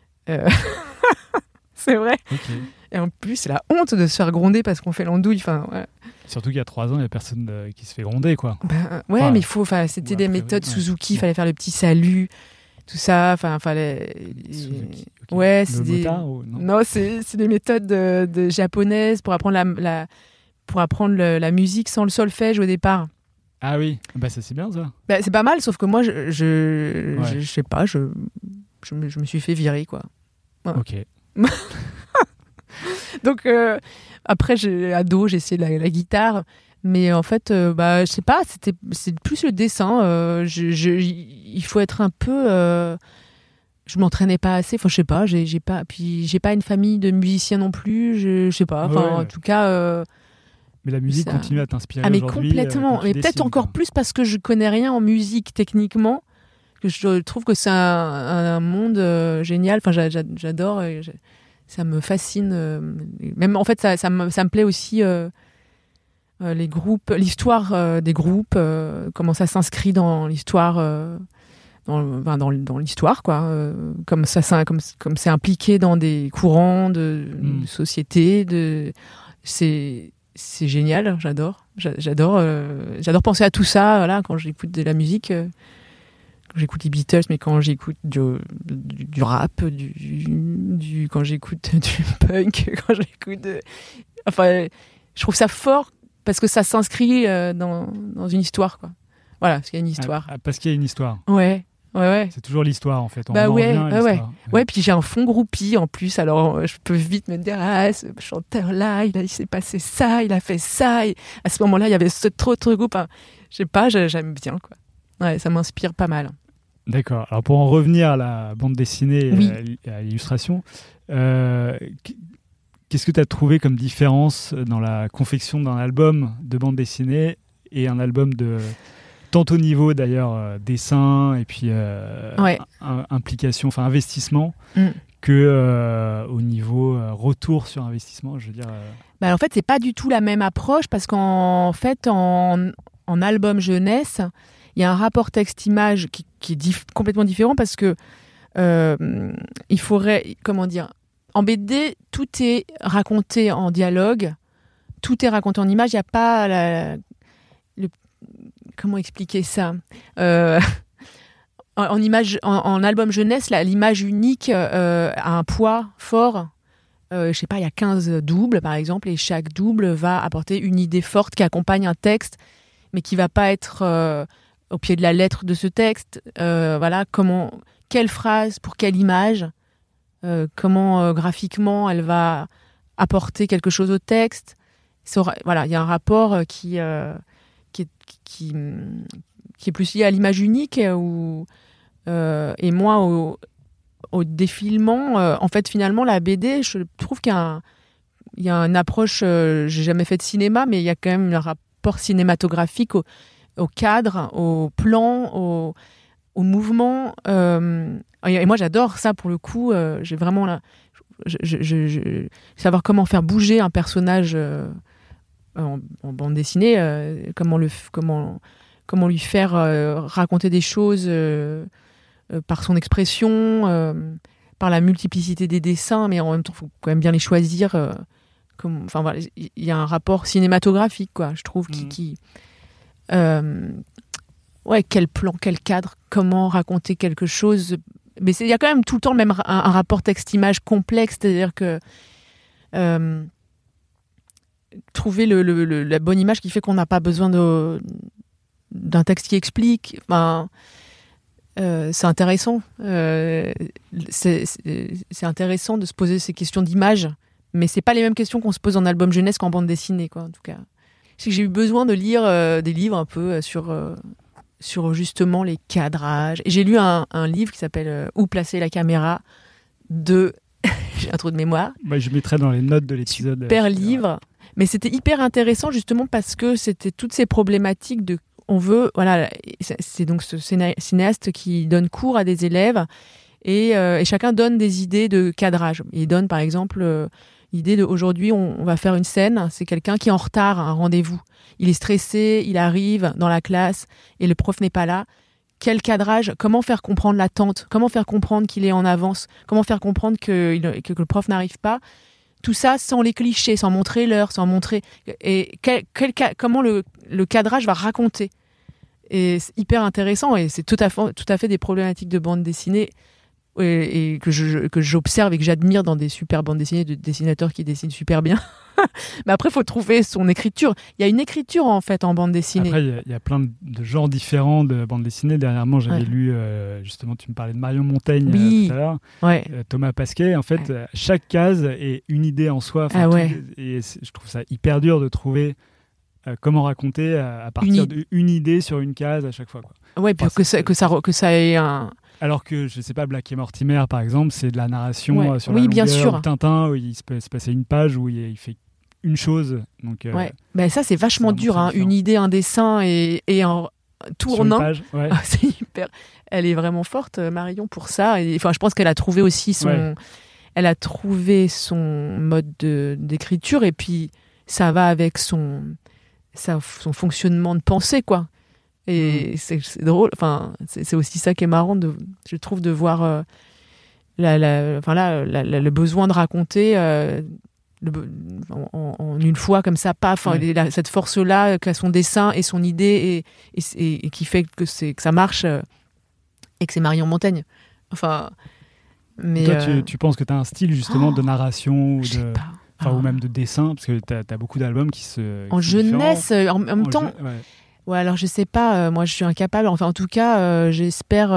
C'est vrai. Okay. Et en plus, c'est la honte de se faire gronder parce qu'on fait l'andouille. Enfin, ouais. Surtout qu'il y a 3 ans, il n'y a personne qui se fait gronder, quoi. Ouais, mais c'était des méthodes Suzuki. Il fallait faire le petit salut, tout ça. Enfin, fallait. Suzuki, okay. Ouais, c'est des. Non, c'est des méthodes de japonaises pour apprendre la musique sans le solfège au départ. Ah oui, ça c'est bien ça. C'est pas mal, sauf que moi, je sais pas, je me suis fait virer, quoi. Ouais. Ok. Donc après ado j'ai essayé la guitare, mais en fait je sais pas, c'est plus le dessin. Il faut être un peu je m'entraînais pas assez. Enfin, je sais pas. J'ai pas une famille de musiciens non plus. Je sais pas. Enfin, en tout cas. Mais la musique continue à t'inspirer mais aujourd'hui. Complètement. Mais peut-être encore plus parce que je connais rien en musique techniquement. Que je trouve que c'est un monde génial. Enfin, j'adore. Ça me fascine. Même en fait, ça me plaît aussi. Les groupes, l'histoire des groupes, comment ça s'inscrit dans l'histoire, dans l'histoire, quoi. Comme c'est impliqué dans des courants de société. C'est génial. J'adore penser à tout ça. Voilà, quand j'écoute de la musique. Quand j'écoute les Beatles, mais quand j'écoute du rap, quand j'écoute du punk, quand j'écoute... Enfin, je trouve ça fort parce que ça s'inscrit dans une histoire, quoi. Voilà, parce qu'il y a une histoire. Parce qu'il y a une histoire. Ouais. C'est toujours l'histoire, en fait. Ouais, puis j'ai un fond groupie, en plus, alors je peux vite me dire, ce chanteur-là, il s'est passé ça, il a fait ça, et à ce moment-là, il y avait cet autre groupe. Hein. Je sais pas, j'aime bien, quoi. Ouais, ça m'inspire pas mal. D'accord. Alors pour en revenir à la bande dessinée et à l'illustration, qu'est-ce que tu as trouvé comme différence dans la confection d'un album de bande dessinée et un album tant au niveau d'ailleurs dessin et puis implication, enfin investissement, que au niveau retour sur investissement, je veux dire. En fait, c'est pas du tout la même approche parce qu'en fait, en album jeunesse, il y a un rapport texte-image qui est complètement différent parce que il faudrait, comment dire, en BD, tout est raconté en dialogue, tout est raconté en image, il n'y a pas comment expliquer ça en image, en album jeunesse, l'image unique a un poids fort. Je sais pas, il y a 15 doubles, par exemple, et chaque double va apporter une idée forte qui accompagne un texte, mais qui va pas être... au pied de la lettre de ce texte, voilà, quelle phrase pour quelle image, comment graphiquement elle va apporter quelque chose au texte. Voilà, il y a un rapport qui est plus lié à l'image unique et moins au défilement. En fait, finalement, la BD, je trouve qu'il y a une approche. J'ai jamais fait de cinéma, mais il y a quand même un rapport cinématographique au cadre, au plan, au mouvement. Et moi, j'adore ça, pour le coup. J'ai vraiment... savoir comment faire bouger un personnage en bande dessinée, comment lui faire raconter des choses par son expression, par la multiplicité des dessins, mais en même temps, il faut quand même bien les choisir. Enfin, voilà, il y a un rapport cinématographique, quoi, je trouve, quel plan, quel cadre, comment raconter quelque chose. Mais il y a quand même tout le temps même un rapport texte-image complexe, c'est-à-dire que trouver la bonne image qui fait qu'on n'a pas besoin d'un texte qui explique. Enfin, c'est intéressant. C'est intéressant de se poser ces questions d'image, mais c'est pas les mêmes questions qu'on se pose en album jeunesse qu'en bande dessinée, quoi, en tout cas. C'est que j'ai eu besoin de lire des livres un peu sur justement les cadrages. Et j'ai lu un livre qui s'appelle Où placer la caméra de... J'ai un trou de mémoire. Je mettrai dans les notes de l'épisode. Super livre. Mais c'était hyper intéressant justement parce que c'était toutes ces problématiques de... On veut... Voilà, c'est donc ce cinéaste qui donne cours à des élèves et chacun donne des idées de cadrage. Il donne par exemple... L'idée d'aujourd'hui, on va faire une scène, c'est quelqu'un qui est en retard à un rendez-vous. Il est stressé, il arrive dans la classe et le prof n'est pas là. Quel cadrage ? Comment faire comprendre l'attente ? Comment faire comprendre qu'il est en avance ? Comment faire comprendre que le prof n'arrive pas ? Tout ça sans les clichés, sans montrer l'heure, sans montrer... Et comment le cadrage va raconter ? Et c'est hyper intéressant et c'est tout à fait des problématiques de bande dessinée et que j'observe et que j'admire dans des super bandes dessinées de dessinateurs qui dessinent super bien. Mais après, il faut trouver son écriture. Il y a une écriture, en fait, en bande dessinée. Après, il y a plein de genres différents de bande dessinée. Dernièrement, j'avais lu, justement, tu me parlais de Marion Montaigne tout à l'heure, Thomas Pasquet. En fait, chaque case est une idée en soi. Et je trouve ça hyper dur de trouver comment raconter à partir d'une idée sur une case à chaque fois, quoi. Ouais, puis que ça ait Alors que, je sais pas, Black et Mortimer, par exemple, c'est de la narration sur la oui, longueur. bien sûr. Ou Tintin, où il se passait une page où il fait une chose. Donc, Ça, c'est vachement dur. Une idée, un dessin et un tout en un. Page, ouais. C'est hyper. Elle est vraiment forte, Marion, pour ça. Et, je pense qu'elle a trouvé aussi elle a trouvé son mode d'écriture et puis ça va avec son fonctionnement de pensée, quoi. Et c'est drôle. Enfin, c'est aussi ça qui est marrant, je trouve, de voir le besoin de raconter en une fois comme ça, paf, cette force-là qu'a son dessin et son idée et qui fait que ça marche et que c'est Marion Montaigne. Enfin, mais toi, tu penses que tu as un style justement de narration ou même de dessin, parce que tu as beaucoup d'albums qui se... En jeunesse, en même temps... Ouais, alors je sais pas, moi je suis incapable. Enfin, en tout cas, j'espère...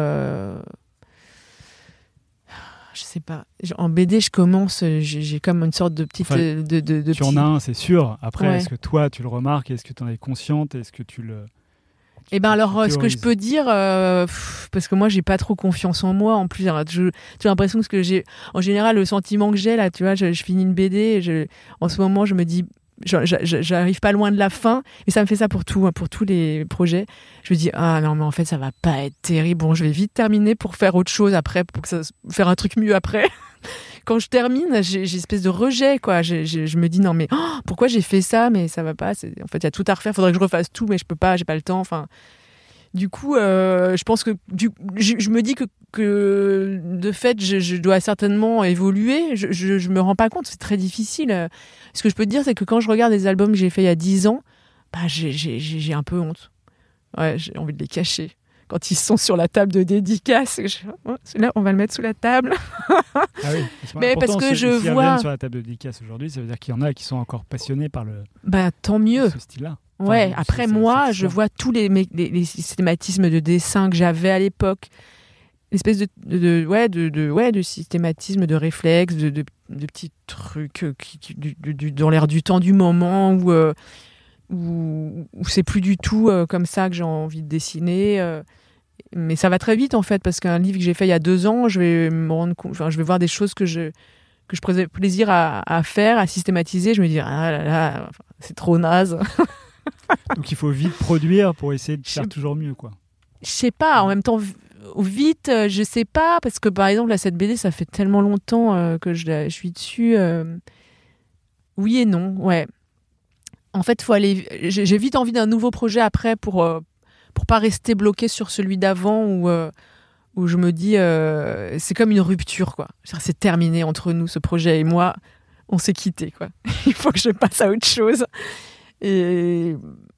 je sais pas. En BD, je commence, j'ai comme une sorte de petite... tu en as un, c'est sûr. Après, est-ce que toi, tu le remarques? Est-ce que tu en es consciente? Est-ce que tu le... ce que je peux dire, parce que moi, j'ai pas trop confiance en moi. En plus, j'ai l'impression que en général, le sentiment que j'ai là, tu vois, je finis une BD, en ce moment, je me dis... j'arrive pas loin de la fin et ça me fait ça pour tous les projets. Je me dis non mais en fait ça va pas être terrible, bon je vais vite terminer pour faire autre chose après, pour faire un truc mieux après. Quand je termine, j'ai une espèce de rejet, quoi. Je me dis non mais pourquoi j'ai fait ça, mais ça va pas, en fait il y a tout à refaire, faudrait que je refasse tout mais je peux pas, j'ai pas le temps. Enfin, du coup je pense que je me dis que de fait je dois certainement évoluer. Je me rends pas compte, c'est très difficile. Ce que je peux te dire, c'est que quand je regarde les albums que j'ai fait il y a 10 ans, j'ai un peu honte. Ouais, j'ai envie de les cacher. Quand ils sont sur la table de dédicace, celui-là, on va le mettre sous la table. Ah oui. Mais parce que je vois sur la table de dédicace aujourd'hui, ça veut dire qu'il y en a qui sont encore passionnés par tant mieux. Ce style-là. Ouais. Après moi, je vois tous les systématismes de dessin que j'avais à l'époque, l'espèce de systématisme, de réflexe, de petits trucs dans l'air du temps du moment où c'est plus du tout comme ça que j'ai envie de dessiner. Mais ça va très vite en fait, parce qu'un livre que j'ai fait il y a 2 ans, je vais me rendre compte, je vais voir des choses que je prenais plaisir à faire, à systématiser. Je me dis ah là là, c'est trop naze. Donc il faut vite produire pour essayer de faire toujours mieux, quoi. Je sais pas, en même temps vite, je sais pas, parce que par exemple cette BD, ça fait tellement longtemps que je suis dessus. Oui et non, ouais. En fait, faut aller. J'ai vite envie d'un nouveau projet après pour pas rester bloqué sur celui d'avant où je me dis c'est comme une rupture, quoi. C'est terminé entre nous, ce projet et moi, on s'est quittés, quoi. Il faut que je passe à autre chose. Et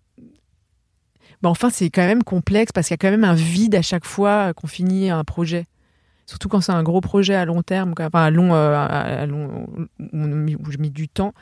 enfin, c'est quand même complexe parce qu'il y a quand même un vide à chaque fois qu'on finit un projet. Surtout quand c'est un gros projet à long terme, enfin où je mets du temps.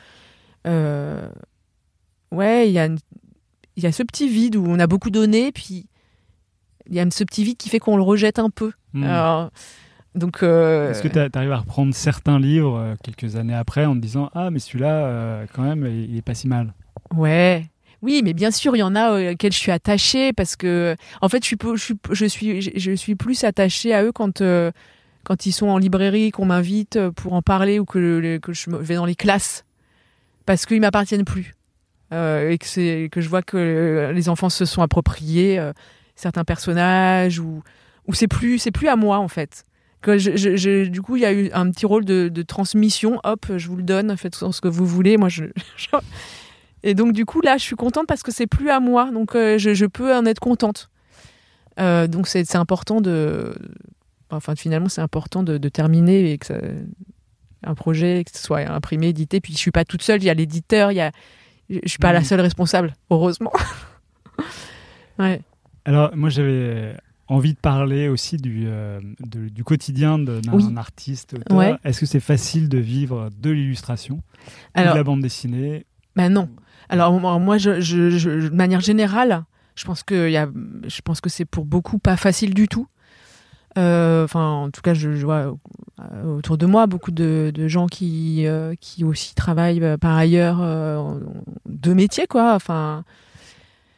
Ouais, il y a ce petit vide où on a beaucoup donné, puis il y a ce petit vide qui fait qu'on le rejette un peu. Alors, donc, est-ce que tu arrives à reprendre certains livres quelques années après en te disant mais celui-là, quand même, il est pas si mal? Ouais. Oui, mais bien sûr, il y en a auxquels je suis attachée parce que, en fait, je suis plus attachée à eux quand ils sont en librairie, qu'on m'invite pour en parler ou que je vais dans les classes parce qu'ils m'appartiennent plus et que je vois que les enfants se sont appropriés certains personnages ou c'est plus à moi en fait. Que du coup, il y a eu un petit rôle de transmission. Hop, je vous le donne, faites ce que vous voulez. Moi, Et donc, du coup, là, je suis contente parce que c'est plus à moi. Donc, je peux en être contente. Donc, c'est important finalement, c'est important de terminer et que un projet, que ce soit imprimé, édité. Puis, je suis pas toute seule. Il y a l'éditeur. Je suis pas la seule responsable, heureusement. Ouais. Alors, moi, j'avais envie de parler aussi du quotidien d'un artiste, auteur. Ouais. Est-ce que c'est facile de vivre de l'illustration ou de la bande dessinée? Non. Alors moi, de manière générale, je pense que c'est pour beaucoup pas facile du tout. En tout cas, je vois autour de moi beaucoup de gens qui aussi travaillent par ailleurs de métiers, quoi. Enfin,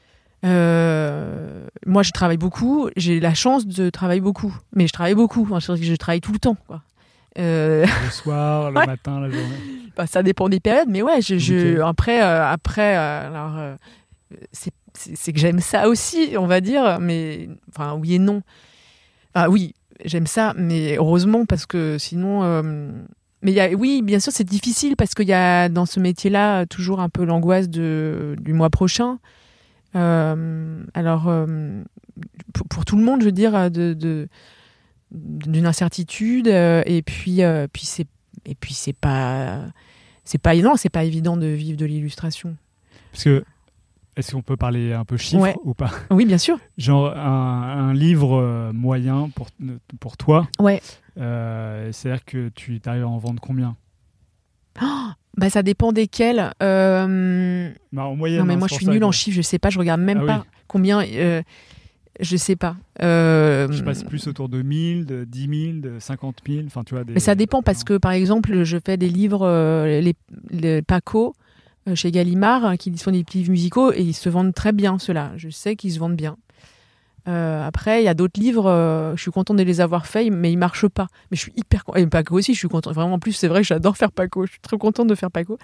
Moi, je travaille beaucoup. J'ai la chance de travailler beaucoup. Mais je travaille beaucoup. Enfin, je travaille tout le temps, quoi. Le soir, le Ouais. matin, la journée. Bah, ça dépend des périodes. Mais ouais, Ok. après, c'est que j'aime ça aussi, on va dire. Mais, enfin, oui et non. Ah oui, j'aime ça, mais heureusement, parce que sinon... Mais oui, bien sûr, c'est difficile parce qu'il y a dans ce métier-là toujours un peu l'angoisse du mois prochain. Alors, pour tout le monde, je veux dire, d'une incertitude. Et puis c'est pas non, c'est pas évident de vivre de l'illustration. Parce que, est-ce qu'on peut parler un peu chiffres Ouais. ou pas? Oui, bien sûr. Genre un livre moyen pour toi, Ouais. c'est-à-dire que tu arrives à en vendre combien? Bah, ça dépend desquels. Bah, en moyenne. Non, mais hein, moi, c'est je suis pour ça nulle que- en chiffres. Je sais pas. Je regarde même Ah pas oui. combien. Je sais pas. Je passe plus autour de 1000, de 10 000, de 50 000. Enfin, tu vois, Mais ça dépend parce que, par exemple, je fais des livres, les Paco, chez Gallimard, qui sont des petits livres musicaux, et ils se vendent très bien, ceux-là. Je sais qu'ils se vendent bien. Après, il y a d'autres livres, je suis contente de les avoir faits, mais ils marchent pas. Mais je suis hyper contente. Et Paco aussi, je suis contente. Vraiment, en plus, c'est vrai que j'adore faire Paco. Je suis très contente de faire Paco.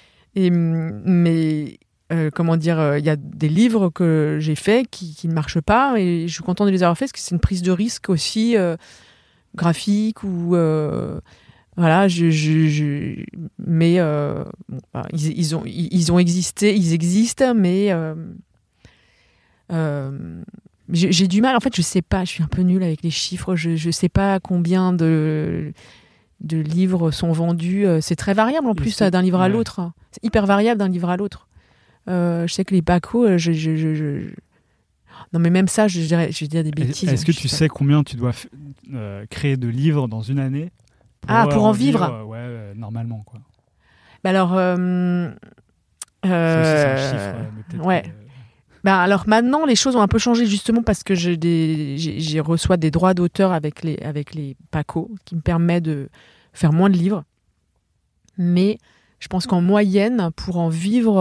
Mais comment dire, il y a des livres que j'ai faits qui ne marchent pas, et je suis contente de les avoir faits parce que c'est une prise de risque aussi graphique ou voilà. Mais bon, bah, ils ont existé, ils existent, mais j'ai du mal. En fait, je sais pas. Je suis un peu nulle avec les chiffres. Je sais pas combien de livres sont vendus. C'est très variable en plus d'un livre à Ouais. l'autre. C'est hyper variable d'un livre à l'autre. Je sais que les Paco, non mais même ça, je vais dire des bêtises. Est-ce que Je tu sais sais combien tu dois créer de livres dans une année pour en vivre ouais, normalement, quoi. Bah alors, C'est un chiffre, mais peut-être ouais. que- Bah alors maintenant, les choses ont un peu changé justement parce que j'ai reçois des droits d'auteur avec les Paco, ce qui me permet de faire moins de livres. Mais je pense qu'en moyenne, pour en vivre,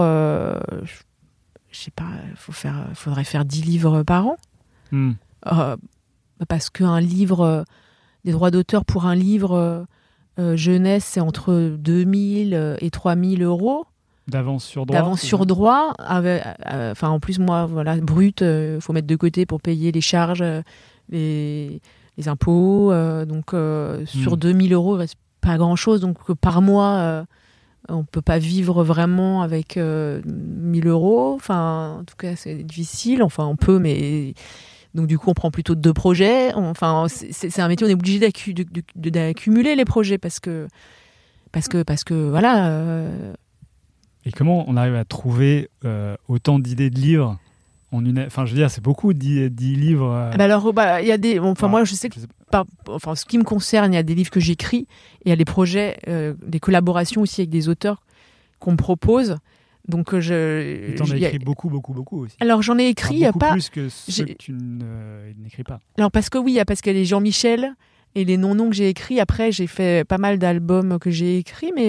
je sais pas, faudrait faire 10 livres par an. Hmm. Parce qu'un livre, des droits d'auteur pour un livre jeunesse, c'est entre 2000 et 3000 euros. D'avance sur droit. D'avance c'est sur ça droit. Enfin, en plus, moi, voilà, brut, faut mettre de côté pour payer les charges, les impôts. Donc, sur 2000 euros, il reste pas grand-chose. Donc, par mois, on peut pas vivre vraiment avec 1000 euros. Enfin, en tout cas, c'est difficile. Enfin, on peut, mais... Donc, du coup, on prend plutôt 2 projets. Enfin, c'est un métier, on est obligé d'accumuler les projets parce que voilà... Et comment on arrive à trouver autant d'idées de livres en une... Enfin, je veux dire, c'est beaucoup 10 livres. Bah alors, il y a des... Enfin, moi, je sais que... sais Enfin, ce qui me concerne, il y a des livres que j'écris et il y a des projets, des collaborations aussi avec des auteurs qu'on me propose. Donc, t'en as écrit beaucoup aussi. Alors, j'en ai écrit, Enfin, beaucoup pas... plus que ceux que tu n'écris pas. Alors, parce que oui, parce qu'il y a les Jean-Michel et les non-noms que j'ai écrits. Après, j'ai fait pas mal d'albums que j'ai écrits, mais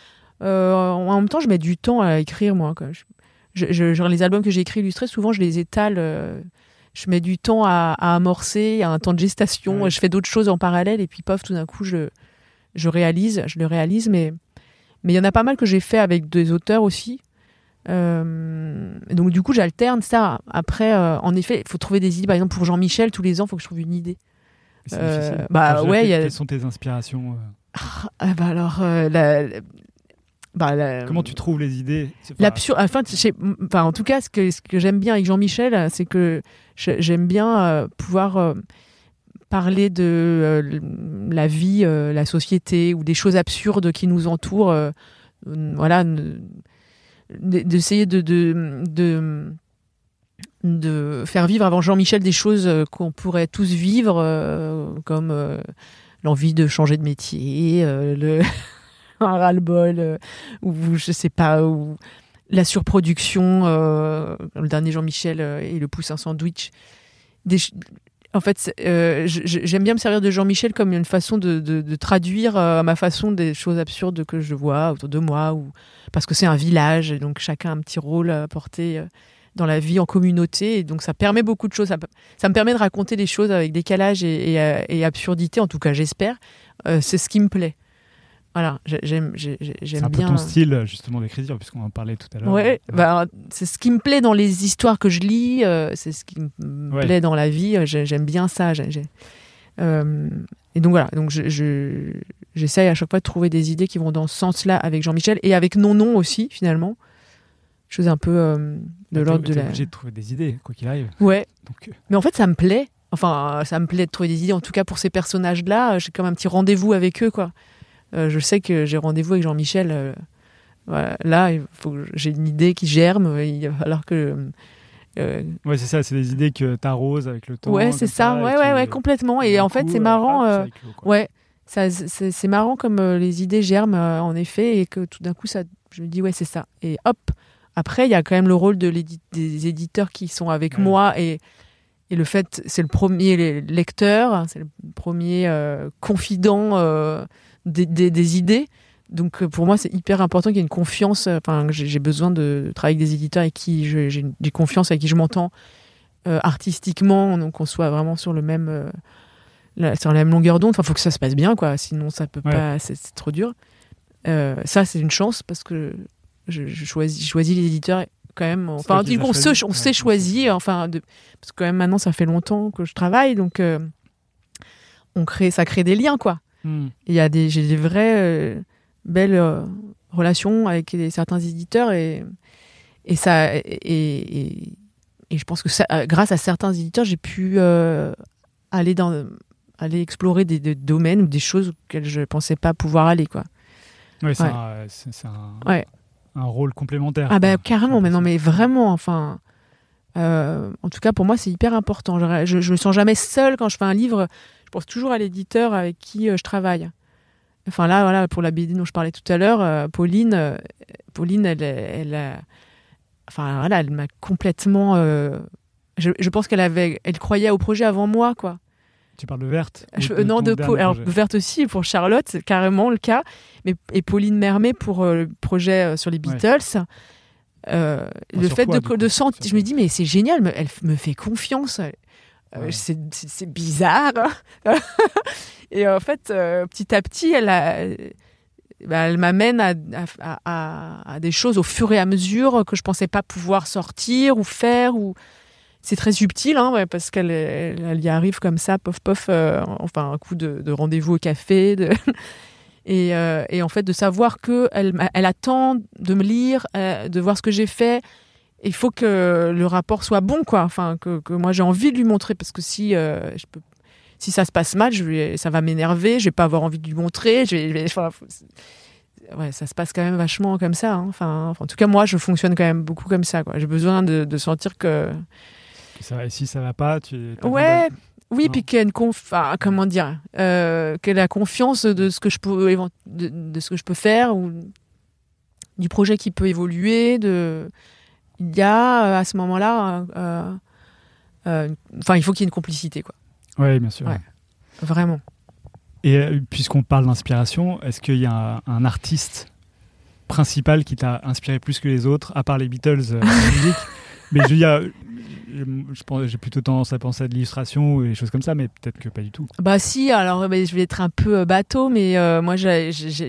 en même temps, je mets du temps à écrire, moi. Quoi. Genre, les albums que j'ai écrits illustrés, souvent, je les étale. Je mets du temps à amorcer, à un temps de gestation. Ouais. Je fais d'autres choses en parallèle et puis, pof, tout d'un coup, je le réalise. Mais il y en a pas mal que j'ai fait avec des auteurs aussi. Donc, du coup, j'alterne ça. Après, en effet, il faut trouver des idées. Par exemple, pour Jean-Michel, tous les ans, il faut que je trouve une idée. C'est difficile. bah, Enfin, je veux ouais, dire, il y a- Quelles sont tes inspirations bah alors, Comment tu trouves les idées? l'absurde. Enfin, en tout cas, ce que j'aime bien avec Jean-Michel, c'est que j'aime bien pouvoir parler de la vie, la société ou des choses absurdes qui nous entourent. Voilà, d'essayer de faire vivre avant Jean-Michel des choses qu'on pourrait tous vivre, comme l'envie de changer de métier, un ras-le-bol, ou je sais pas, ou la surproduction, le dernier Jean-Michel et le poussin sandwich. En fait, j'aime bien me servir de Jean-Michel comme une façon de traduire à ma façon des choses absurdes que je vois autour de moi, parce que c'est un village, et donc chacun a un petit rôle à porter dans la vie en communauté. Et donc ça permet beaucoup de choses. Ça me permet de raconter des choses avec décalage et absurdité, en tout cas j'espère. C'est ce qui me plaît. Voilà, j'aime C'est un bien. peu ton style justement d'écriture, puisqu'on en parlait tout à l'heure. Ouais, c'est ce qui me plaît dans les histoires que je lis, c'est ce qui me plaît dans la vie. J'aime bien ça. Et donc voilà, donc j'essaye à chaque fois de trouver des idées qui vont dans ce sens-là avec Jean-Michel et avec Non aussi finalement. Chose un peu de l'ordre de la. T'es obligé de trouver des idées quoi qu'il arrive. Ouais. Donc, Mais en fait, ça me plaît. Enfin, ça me plaît de trouver des idées. En tout cas pour ces personnages-là, j'ai comme un petit rendez-vous avec eux, quoi. Je sais que j'ai rendez-vous avec Jean-Michel. Voilà. Là, il faut que j'ai une idée qui germe. Il va falloir que. Ouais, c'est ça. C'est des idées que t'arroses avec le temps. Ouais, c'est ça. Ouais, complètement. Et en fait, c'est marrant. Ça éclot, quoi. Ouais, c'est marrant comme les idées germent en effet, et que tout d'un coup, je me dis ouais, c'est ça. Et hop. Après, il y a quand même le rôle des éditeurs qui sont avec moi et le fait, c'est le premier lecteur, c'est le premier confident des idées. Donc pour moi, c'est hyper important qu'il y ait une confiance. Enfin, j'ai besoin de travailler avec des éditeurs avec qui j'ai des confiances, avec qui je m'entends artistiquement, donc qu'on soit vraiment sur la même longueur d'onde. Enfin, faut que ça se passe bien, quoi. Sinon, ça peut pas. C'est trop dur. Ça, c'est une chance parce que je choisis les éditeurs quand même. Enfin, on sait choisir. Enfin, parce que quand même maintenant, ça fait longtemps que je travaille, donc ça crée des liens, quoi. J'ai des vraies belles relations avec certains éditeurs et je pense que grâce à certains éditeurs, j'ai pu aller explorer des domaines ou des choses auxquelles je pensais pas pouvoir aller, quoi. Ouais, c'est un rôle complémentaire. Ah bah carrément, mais non, mais vraiment, enfin. En tout cas, pour moi, c'est hyper important. Je me sens jamais seule quand je fais un livre. Je pense toujours à l'éditeur avec qui je travaille. Enfin là, voilà, pour la BD dont je parlais tout à l'heure, Pauline, elle m'a complètement. Je pense elle croyait au projet avant moi, quoi. Tu parles de Verte Non, de Paul. Alors Verte aussi pour Charlotte, c'est carrément le cas. Et Pauline Mermet pour le projet sur les Beatles. Le fait de sentir, je me dis mais c'est génial, elle me fait confiance. C'est bizarre. Et en fait, petit à petit, elle m'amène à des choses au fur et à mesure que je pensais pas pouvoir sortir ou faire. C'est très subtil, hein, parce qu'elle y arrive comme ça, pof, enfin un coup de rendez-vous au café. Et en fait, de savoir qu'elle attend de me lire, de voir ce que j'ai fait. Il faut que le rapport soit bon, quoi. Enfin, que moi, j'ai envie de lui montrer. Parce que si ça se passe mal, ça va m'énerver. Je vais pas avoir envie de lui montrer. Ça se passe quand même vachement comme ça. Hein. Enfin, en tout cas, moi, je fonctionne quand même beaucoup comme ça, quoi. J'ai besoin de sentir que... Et si ça va pas, ouais... Oui, puis qu'elle comment dire, qu'elle a confiance de ce que je peux de ce que je peux faire ou du projet qui peut évoluer. Il y a à ce moment-là, il faut qu'il y ait une complicité, quoi. Oui, bien sûr. Ouais. Vraiment. Et puisqu'on parle d'inspiration, est-ce qu'il y a un artiste principal qui t'a inspiré plus que les autres, à part les Beatles, la musique? Mais je veux dire, j'ai plutôt tendance à penser à de l'illustration ou des choses comme ça, mais peut-être que pas du tout. Bah si, alors je vais être un peu bateau, mais moi je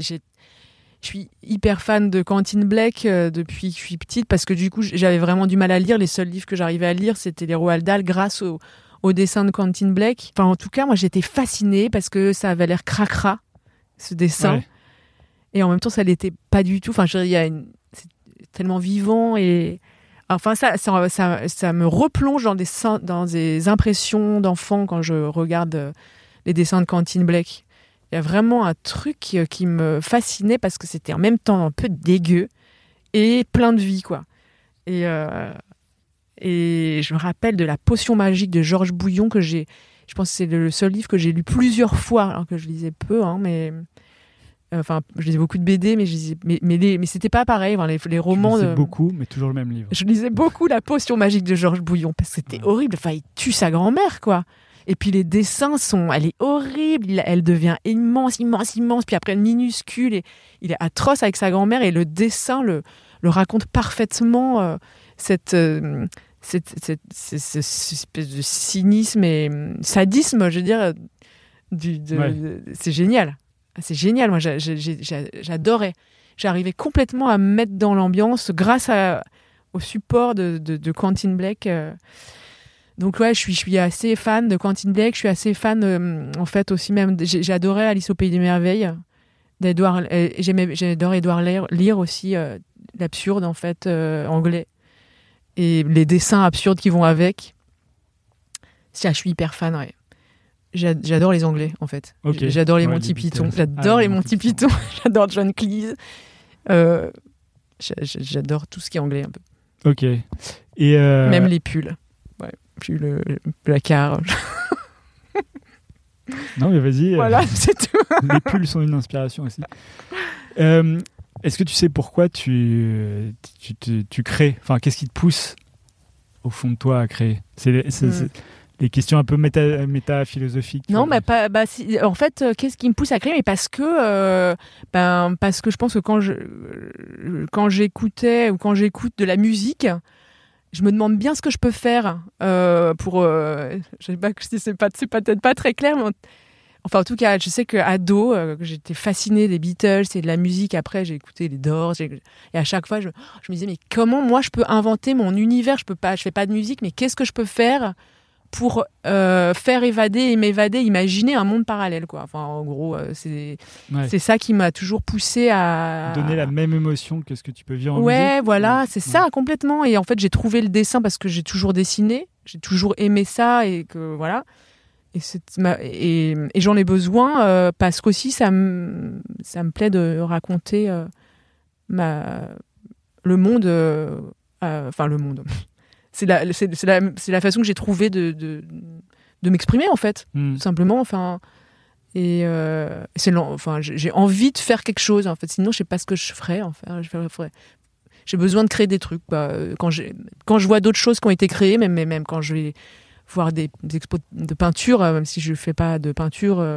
suis hyper fan de Quentin Blake depuis que je suis petite, parce que du coup j'avais vraiment du mal à lire. Les seuls livres que j'arrivais à lire, c'était les Roald Dahl grâce au dessin de Quentin Blake. Enfin, en tout cas, moi j'étais fascinée parce que ça avait l'air cracra, ce dessin. Ouais. Et en même temps, ça l'était pas du tout. Enfin, c'est tellement vivant et... Enfin, ça me replonge dans des impressions d'enfant quand je regarde les dessins de Quentin Blake. Il y a vraiment un truc qui me fascinait parce que c'était en même temps un peu dégueu et plein de vie, quoi. Et je me rappelle de La Potion magique de Georges Bouillon que je pense que c'est le seul livre que j'ai lu plusieurs fois, alors que je lisais peu, hein, mais... Enfin, je lisais beaucoup de BD, mais c'était pas pareil. Enfin, les romans. Je lisais beaucoup, mais toujours le même livre. Je lisais beaucoup La Potion magique de Georges Bouillon parce que c'était horrible. Enfin, il tue sa grand-mère, quoi. Et puis les dessins elle est horrible. Elle devient immense. Puis après minuscule. Et il est atroce avec sa grand-mère. Et le dessin le raconte parfaitement. cette espèce de cynisme et sadisme, je veux dire, c'est génial. C'est génial, moi j'adorais. J'arrivais complètement à me mettre dans l'ambiance grâce au support de Quentin Blake. Donc ouais, je suis assez fan de Quentin Blake, je suis assez fan en fait aussi même, j'ai adoré Alice au Pays des Merveilles, j'adore Édouard lire aussi l'absurde en fait anglais et les dessins absurdes qui vont avec. Je suis hyper fan, ouais. J'adore les Anglais en fait. Okay. J'adore les Monty Python, j'adore les Monty Python, j'adore John Cleese. J'adore tout ce qui est anglais un peu. Ok. Et même les pulls. Ouais, puis le placard. Non mais vas-y. Voilà, c'est tout. Les pulls sont une inspiration aussi. Est-ce que tu sais pourquoi tu crées ? Enfin, qu'est-ce qui te pousse au fond de toi à créer ? C'est les questions un peu méta-philosophiques. Non, mais en fait, qu'est-ce qui me pousse à créer ? Mais parce que je pense que quand j'écoutais ou quand j'écoute de la musique, je me demande bien ce que je peux faire pour. Je sais pas si c'est peut-être pas très clair, mais enfin, en tout cas, je sais qu'ado, j'étais fascinée des Beatles et de la musique. Après, j'ai écouté les Doors. Et à chaque fois, je me disais, mais comment moi je peux inventer mon univers ? Je fais pas de musique, mais qu'est-ce que je peux faire pour faire évader et m'évader, imaginer un monde parallèle, quoi. Enfin, en gros, c'est ça qui m'a toujours poussée à donner la même émotion que ce que tu peux vivre en musique. Ouais, voilà, c'est ça complètement. Et en fait, j'ai trouvé le dessin parce que j'ai toujours dessiné, j'ai toujours aimé ça et que voilà. Et j'en ai besoin parce qu'aussi ça me plaît de raconter le monde, enfin le monde. C'est la façon que j'ai trouvé de m'exprimer en fait, tout simplement. Enfin, j'ai envie de faire quelque chose en fait. Sinon, je sais pas ce que je ferais. Enfin, j'ai besoin de créer des trucs. Quand je vois d'autres choses qui ont été créées, même quand je vais voir des expos de peinture, même si je fais pas de peinture,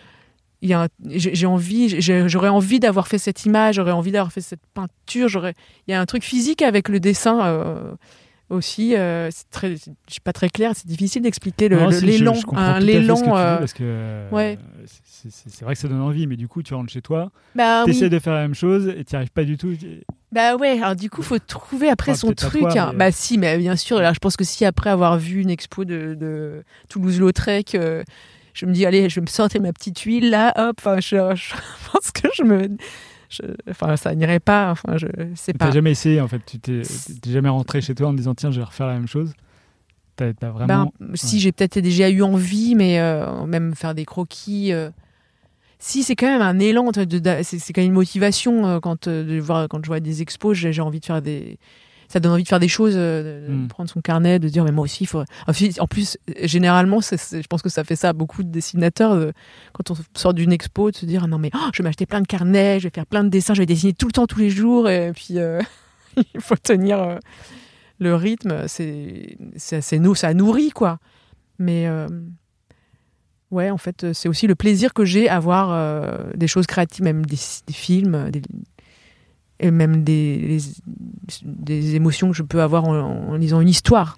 j'aurais envie d'avoir fait cette image, j'aurais envie d'avoir fait cette peinture. Il y a un truc physique avec le dessin. Aussi, c'est pas très clair, c'est difficile d'expliquer l'élan. Parce que c'est vrai que ça donne envie, mais du coup, tu rentres chez toi, t'essaies de faire la même chose et t'y arrives pas du tout. Bah ouais, alors du coup, faut trouver après son truc. Toi, mais... Bah si, mais bien sûr. Alors, je pense que si après avoir vu une expo de Toulouse-Lautrec, je me dis, allez, je vais me sortir ma petite huile là, hop. Enfin, je pense que ça n'irait pas. Enfin, je sais pas. T'as jamais essayé en fait. Tu t'es jamais rentré chez toi en te disant tiens, je vais refaire la même chose. T'as vraiment. Si, j'ai peut-être déjà eu envie, mais même faire des croquis. Si, c'est quand même un élan. C'est quand même une motivation quand je vois des expos. J'ai envie de faire ça donne envie de faire des choses, de prendre son carnet, de dire mais moi aussi il faut. En plus, généralement, je pense que ça fait ça à beaucoup de dessinateurs quand on sort d'une expo, de se dire non mais je vais m'acheter plein de carnets, je vais faire plein de dessins, je vais dessiner tout le temps, tous les jours, et puis il faut tenir le rythme. Ça nourrit quoi. Mais ouais, en fait, c'est aussi le plaisir que j'ai à voir des choses créatives, même des films, et même des émotions que je peux avoir en lisant une histoire.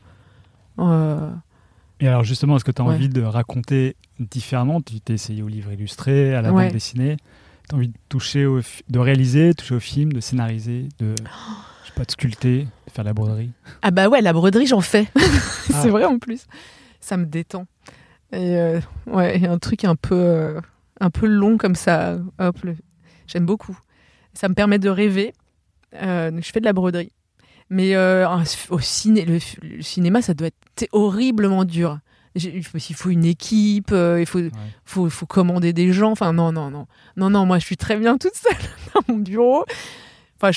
Et alors justement, est-ce que tu as envie de raconter différemment ? Tu t'es essayé au livre illustré, à la bande dessinée. Tu as envie de réaliser, toucher au film, de scénariser, de sculpter, de faire de la broderie ? Ah bah ouais, la broderie, j'en fais. C'est vrai en plus. Ça me détend. Et y a un truc un peu long comme ça. Hop, j'aime beaucoup. Ça me permet de rêver. Je fais de la broderie. Mais le cinéma, ça doit être horriblement dur. Il faut une équipe, il faut commander des gens. Enfin, non, moi, je suis très bien toute seule dans mon bureau. Enfin,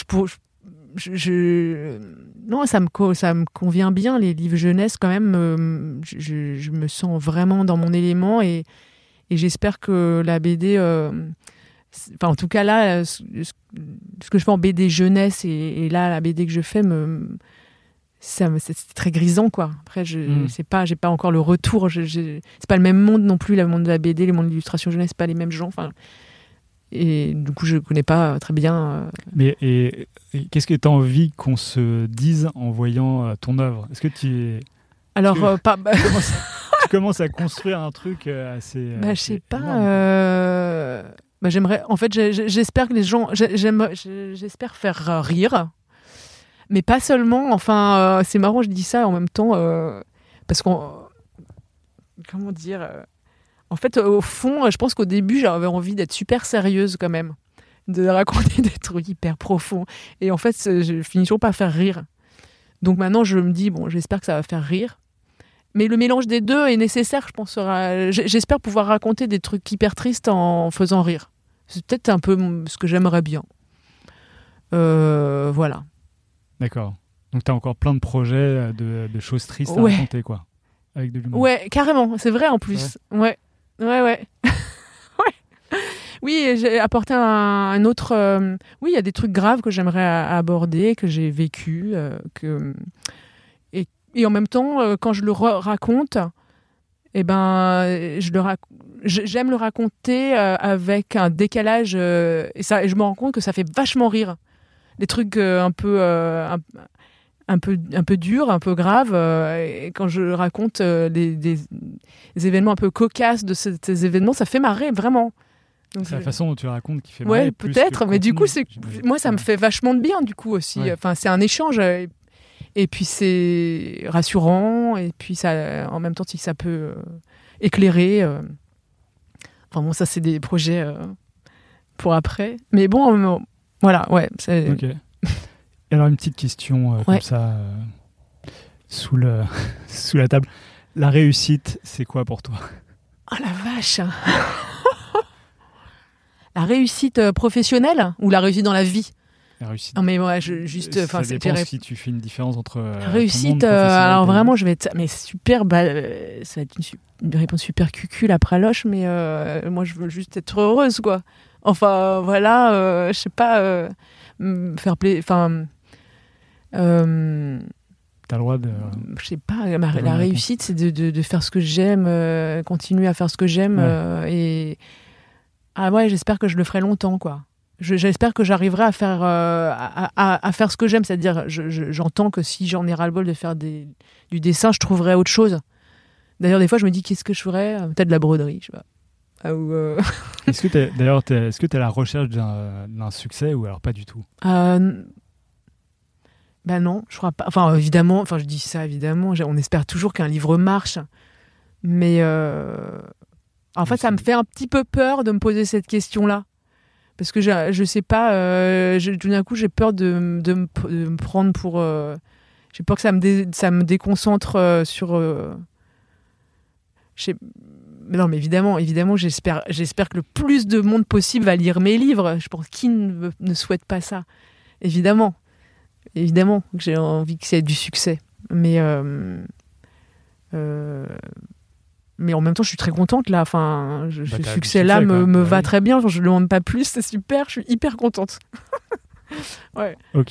non, ça me convient bien, les livres jeunesse, quand même. Je me sens vraiment dans mon élément et j'espère que la BD... Enfin, en tout cas, là, ce que je fais en BD jeunesse et là, la BD que je fais, c'est très grisant, quoi. Après, j'ai pas encore le retour. C'est pas le même monde non plus, le monde de la BD, le monde de l'illustration jeunesse, c'est pas les mêmes gens. Enfin, et du coup, je connais pas très bien. Mais et qu'est-ce que tu as envie qu'on se dise en voyant ton œuvre ? Est-ce que tu Alors, tu commences à construire un truc assez. Je sais pas. J'aimerais. En fait, j'espère que les gens. J'espère faire rire, mais pas seulement. Enfin, c'est marrant, je dis ça en même temps parce qu'on. Comment dire En fait, au fond, je pense qu'au début, j'avais envie d'être super sérieuse quand même, de raconter des trucs hyper profonds. Et en fait, je finis toujours par faire rire. Donc maintenant, je me dis bon, j'espère que ça va faire rire. Mais le mélange des deux est nécessaire, je pense. J'espère pouvoir raconter des trucs hyper tristes en faisant rire. C'est peut-être un peu ce que j'aimerais bien. Voilà. D'accord. Donc tu as encore plein de projets de choses tristes à raconter, quoi. Avec de l'humour. Ouais, carrément. C'est vrai en plus. Ouais. Ouais. Oui, j'ai apporté un autre... Oui, il y a des trucs graves que j'aimerais aborder, que j'ai vécu, Et en même temps, quand je le raconte, j'aime le raconter avec un décalage. Et je me rends compte que ça fait vachement rire. Des trucs un peu durs, un peu graves. Et quand je raconte des événements un peu cocasses de ces événements, ça fait marrer, vraiment. Donc, c'est la façon dont tu racontes qui fait marrer. Ouais, peut-être. Mais du coup, moi, ça me fait vachement de bien, du coup, aussi. Ouais. Enfin, c'est un échange. Et puis c'est rassurant, et puis ça, en même temps, si ça peut éclairer. Enfin bon, ça c'est des projets pour après. Mais bon, voilà, ouais. C'est... Ok. Et alors une petite question comme ça, sous la table. La réussite, c'est quoi pour toi ? Oh la vache. La réussite professionnelle ou la réussite dans la vie ? Réussite. Non mais moi juste ça dépend si tu fais une différence entre réussite alors vraiment je vais être mais super ça va être une réponse super cucul après Loche, mais moi je veux juste être heureuse, quoi. Enfin voilà, je sais pas, faire plaisir, enfin t'as le droit de je sais pas, la réussite c'est de faire ce que j'aime, continuer à faire ce que j'aime, et j'espère que je le ferai longtemps, quoi. J'espère que j'arriverai à faire ce que j'aime, c'est-à-dire j'entends que si j'en ai ras-le-bol de faire du dessin, je trouverai autre chose. D'ailleurs, des fois, je me dis qu'est-ce que je ferais ? Peut-être de la broderie, je sais pas. Est-ce que tu es à la recherche d'un succès ou alors pas du tout ? Non, je crois pas. Enfin, évidemment, je dis ça évidemment, on espère toujours qu'un livre marche, mais en fait, ça me fait un petit peu peur de me poser cette question-là. Parce que je sais pas, tout d'un coup j'ai peur de me prendre pour... j'ai peur que ça me déconcentre sur... Mais non, mais évidemment, j'espère que le plus de monde possible va lire mes livres. Je pense qui ne souhaite pas ça. Évidemment que j'ai envie que ça ait du succès. Mais en même temps, je suis très contente là. Enfin, ce succès-là me va très bien. Je ne demande pas plus, c'est super. Je suis hyper contente. Ouais. Ok.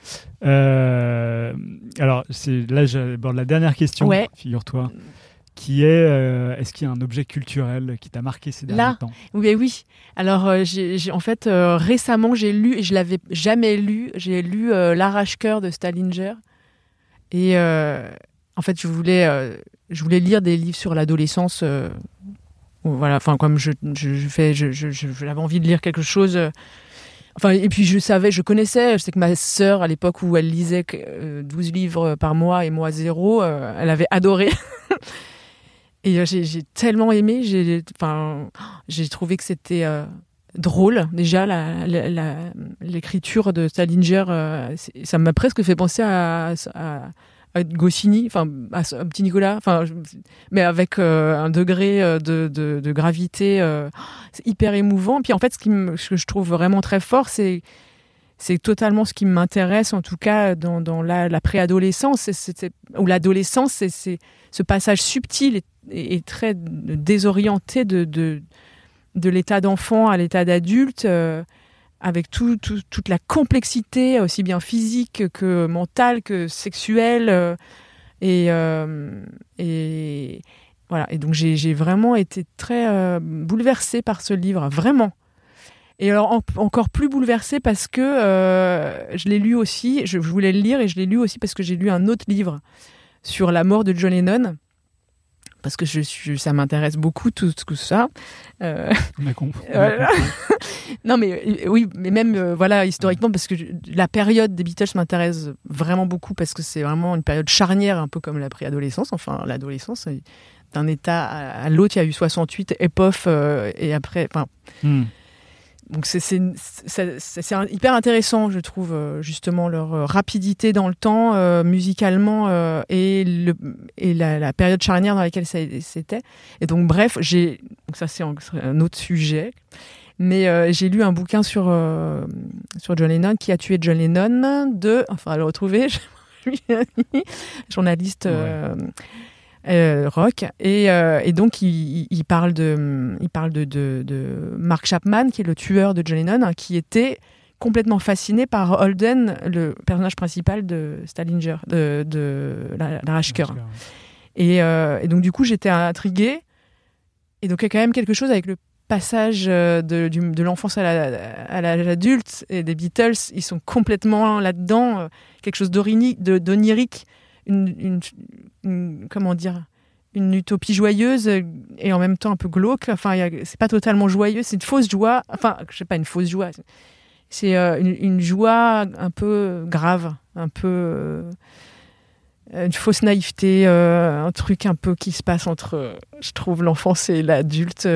Alors, là, j'aborde la dernière question, figure-toi, qui est est-ce qu'il y a un objet culturel qui t'a marqué ces derniers temps ? Oui. Alors, j'ai en fait, récemment, j'ai lu, et je ne l'avais jamais lu, j'ai lu L'Arrache-cœur de Salinger. Et en fait, je voulais lire des livres sur l'adolescence. Voilà, enfin, comme j'avais envie de lire quelque chose. Et puis je sais que ma sœur, à l'époque où elle lisait 12 livres par mois et moi 0, elle avait adoré. Et j'ai tellement aimé. J'ai trouvé que c'était drôle. Déjà, l'écriture de Salinger, ça m'a presque fait penser à Goscinny, à Petit Nicolas, mais avec un degré de gravité, c'est hyper émouvant. Puis en fait, ce que je trouve vraiment très fort, c'est totalement ce qui m'intéresse, en tout cas dans la préadolescence, ou l'adolescence, c'est ce passage subtil et très désorienté de l'état d'enfant à l'état d'adulte. Avec toute la complexité, aussi bien physique que mentale, que sexuelle. Et voilà. Et donc, j'ai vraiment été très bouleversée par ce livre, vraiment. Et alors encore plus bouleversée parce que je l'ai lu aussi, je voulais le lire et je l'ai lu aussi parce que j'ai lu un autre livre sur la mort de John Lennon, parce que ça m'intéresse beaucoup tout ça. Non mais oui, mais même voilà, historiquement, parce que la période des Beatles m'intéresse vraiment beaucoup parce que c'est vraiment une période charnière, un peu comme la préadolescence, enfin l'adolescence. D'un état à l'autre, il y a eu 68, EPOF, et après... Donc c'est hyper intéressant, je trouve, justement, leur rapidité dans le temps, musicalement, et la période charnière dans laquelle c'était. Et donc, bref, donc ça, c'est un autre sujet. Mais j'ai lu un bouquin sur John Lennon, qui a tué John Lennon, enfin, le retrouver, journaliste... rock, et donc il parle de Mark Chapman, qui est le tueur de John Lennon, qui était complètement fasciné par Holden, le personnage principal de Salinger, de la Rashker. Et donc du coup j'étais intriguée, et donc il y a quand même quelque chose avec le passage de l'enfance à l'âge adulte, et des Beatles, ils sont complètement là-dedans, quelque chose d'onirique, comment dire, une utopie joyeuse et en même temps un peu glauque. Enfin, c'est pas totalement joyeux, c'est une fausse joie. Enfin, je sais pas, une fausse joie. C'est une joie un peu grave, un peu une fausse naïveté, un truc un peu qui se passe entre, je trouve, l'enfance et l'adulte.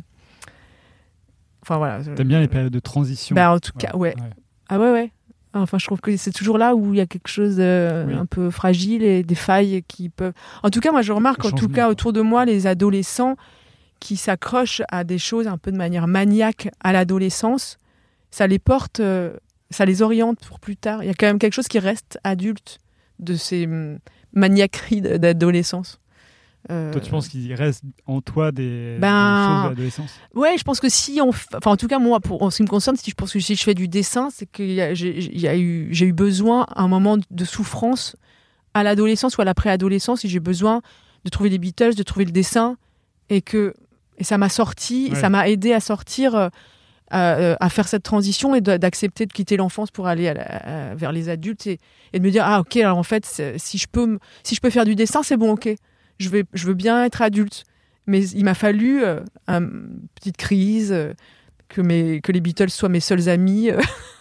Enfin voilà. T'aimes bien les périodes de transition? En tout cas, ouais. Ah ouais. Enfin, je trouve que c'est toujours là où il y a quelque chose un peu fragile et des failles qui peuvent... En tout cas, moi, je remarque, autour de moi, les adolescents qui s'accrochent à des choses un peu de manière maniaque à l'adolescence, ça les porte, ça les oriente pour plus tard. Il y a quand même quelque chose qui reste adulte de ces maniaqueries d'adolescence. Toi, tu penses qu'il reste en toi des choses de l'adolescence? Ouais, je pense que si en tout cas, moi, en ce qui me concerne, je pense que si je fais du dessin, c'est que j'ai eu besoin, à un moment de souffrance, à l'adolescence ou à la préadolescence, et j'ai besoin de trouver les Beatles, de trouver le dessin, et ça m'a sorti, ça m'a aidé à sortir, à faire cette transition et d'accepter de quitter l'enfance pour aller vers les adultes et de me dire, ok, alors en fait, si je peux faire du dessin, c'est bon, ok. Je veux bien être adulte, mais il m'a fallu une petite crise, que les Beatles soient mes seuls amis,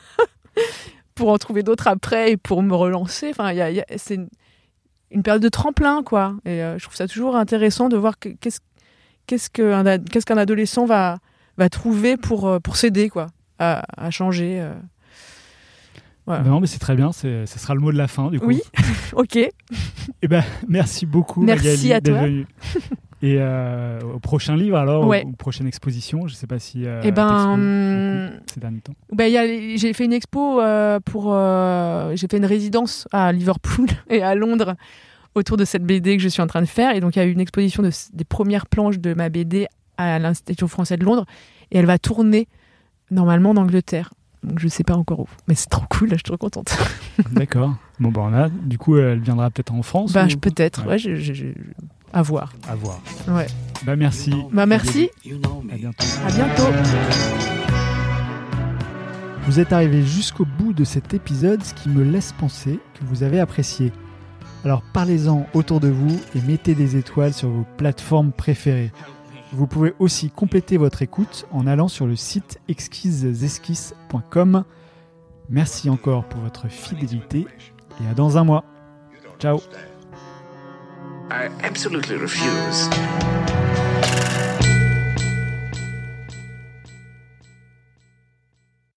pour en trouver d'autres après et pour me relancer. Enfin, c'est une période de tremplin, quoi. Et je trouve ça toujours intéressant de voir qu'est-ce qu'un adolescent va trouver pour s'aider, quoi, à changer. Voilà. Non, mais c'est très bien, ce sera le mot de la fin, du coup. Oui, ok. Eh ben, merci beaucoup, merci Magali, à toi. Et au prochain livre, alors, aux prochaines expositions, je ne sais pas si ces derniers temps. J'ai fait une expo j'ai fait une résidence à Liverpool et à Londres autour de cette BD que je suis en train de faire. Et donc, il y a eu une exposition des premières planches de ma BD à l'Institut français de Londres. Et elle va tourner, normalement, en Angleterre. Donc je ne sais pas encore où. Mais c'est trop cool, là, je suis trop contente. D'accord. Bon, du coup, elle viendra peut-être en France peut-être, à voir. À voir. Ouais. Merci. Merci. À bientôt. À bientôt. Vous êtes arrivé jusqu'au bout de cet épisode, ce qui me laisse penser que vous avez apprécié. Alors parlez-en autour de vous et mettez des étoiles sur vos plateformes préférées. Vous pouvez aussi compléter votre écoute en allant sur le site exquisesesquisses.com. Merci encore pour votre fidélité et à dans un mois. Ciao. I absolutely refuse.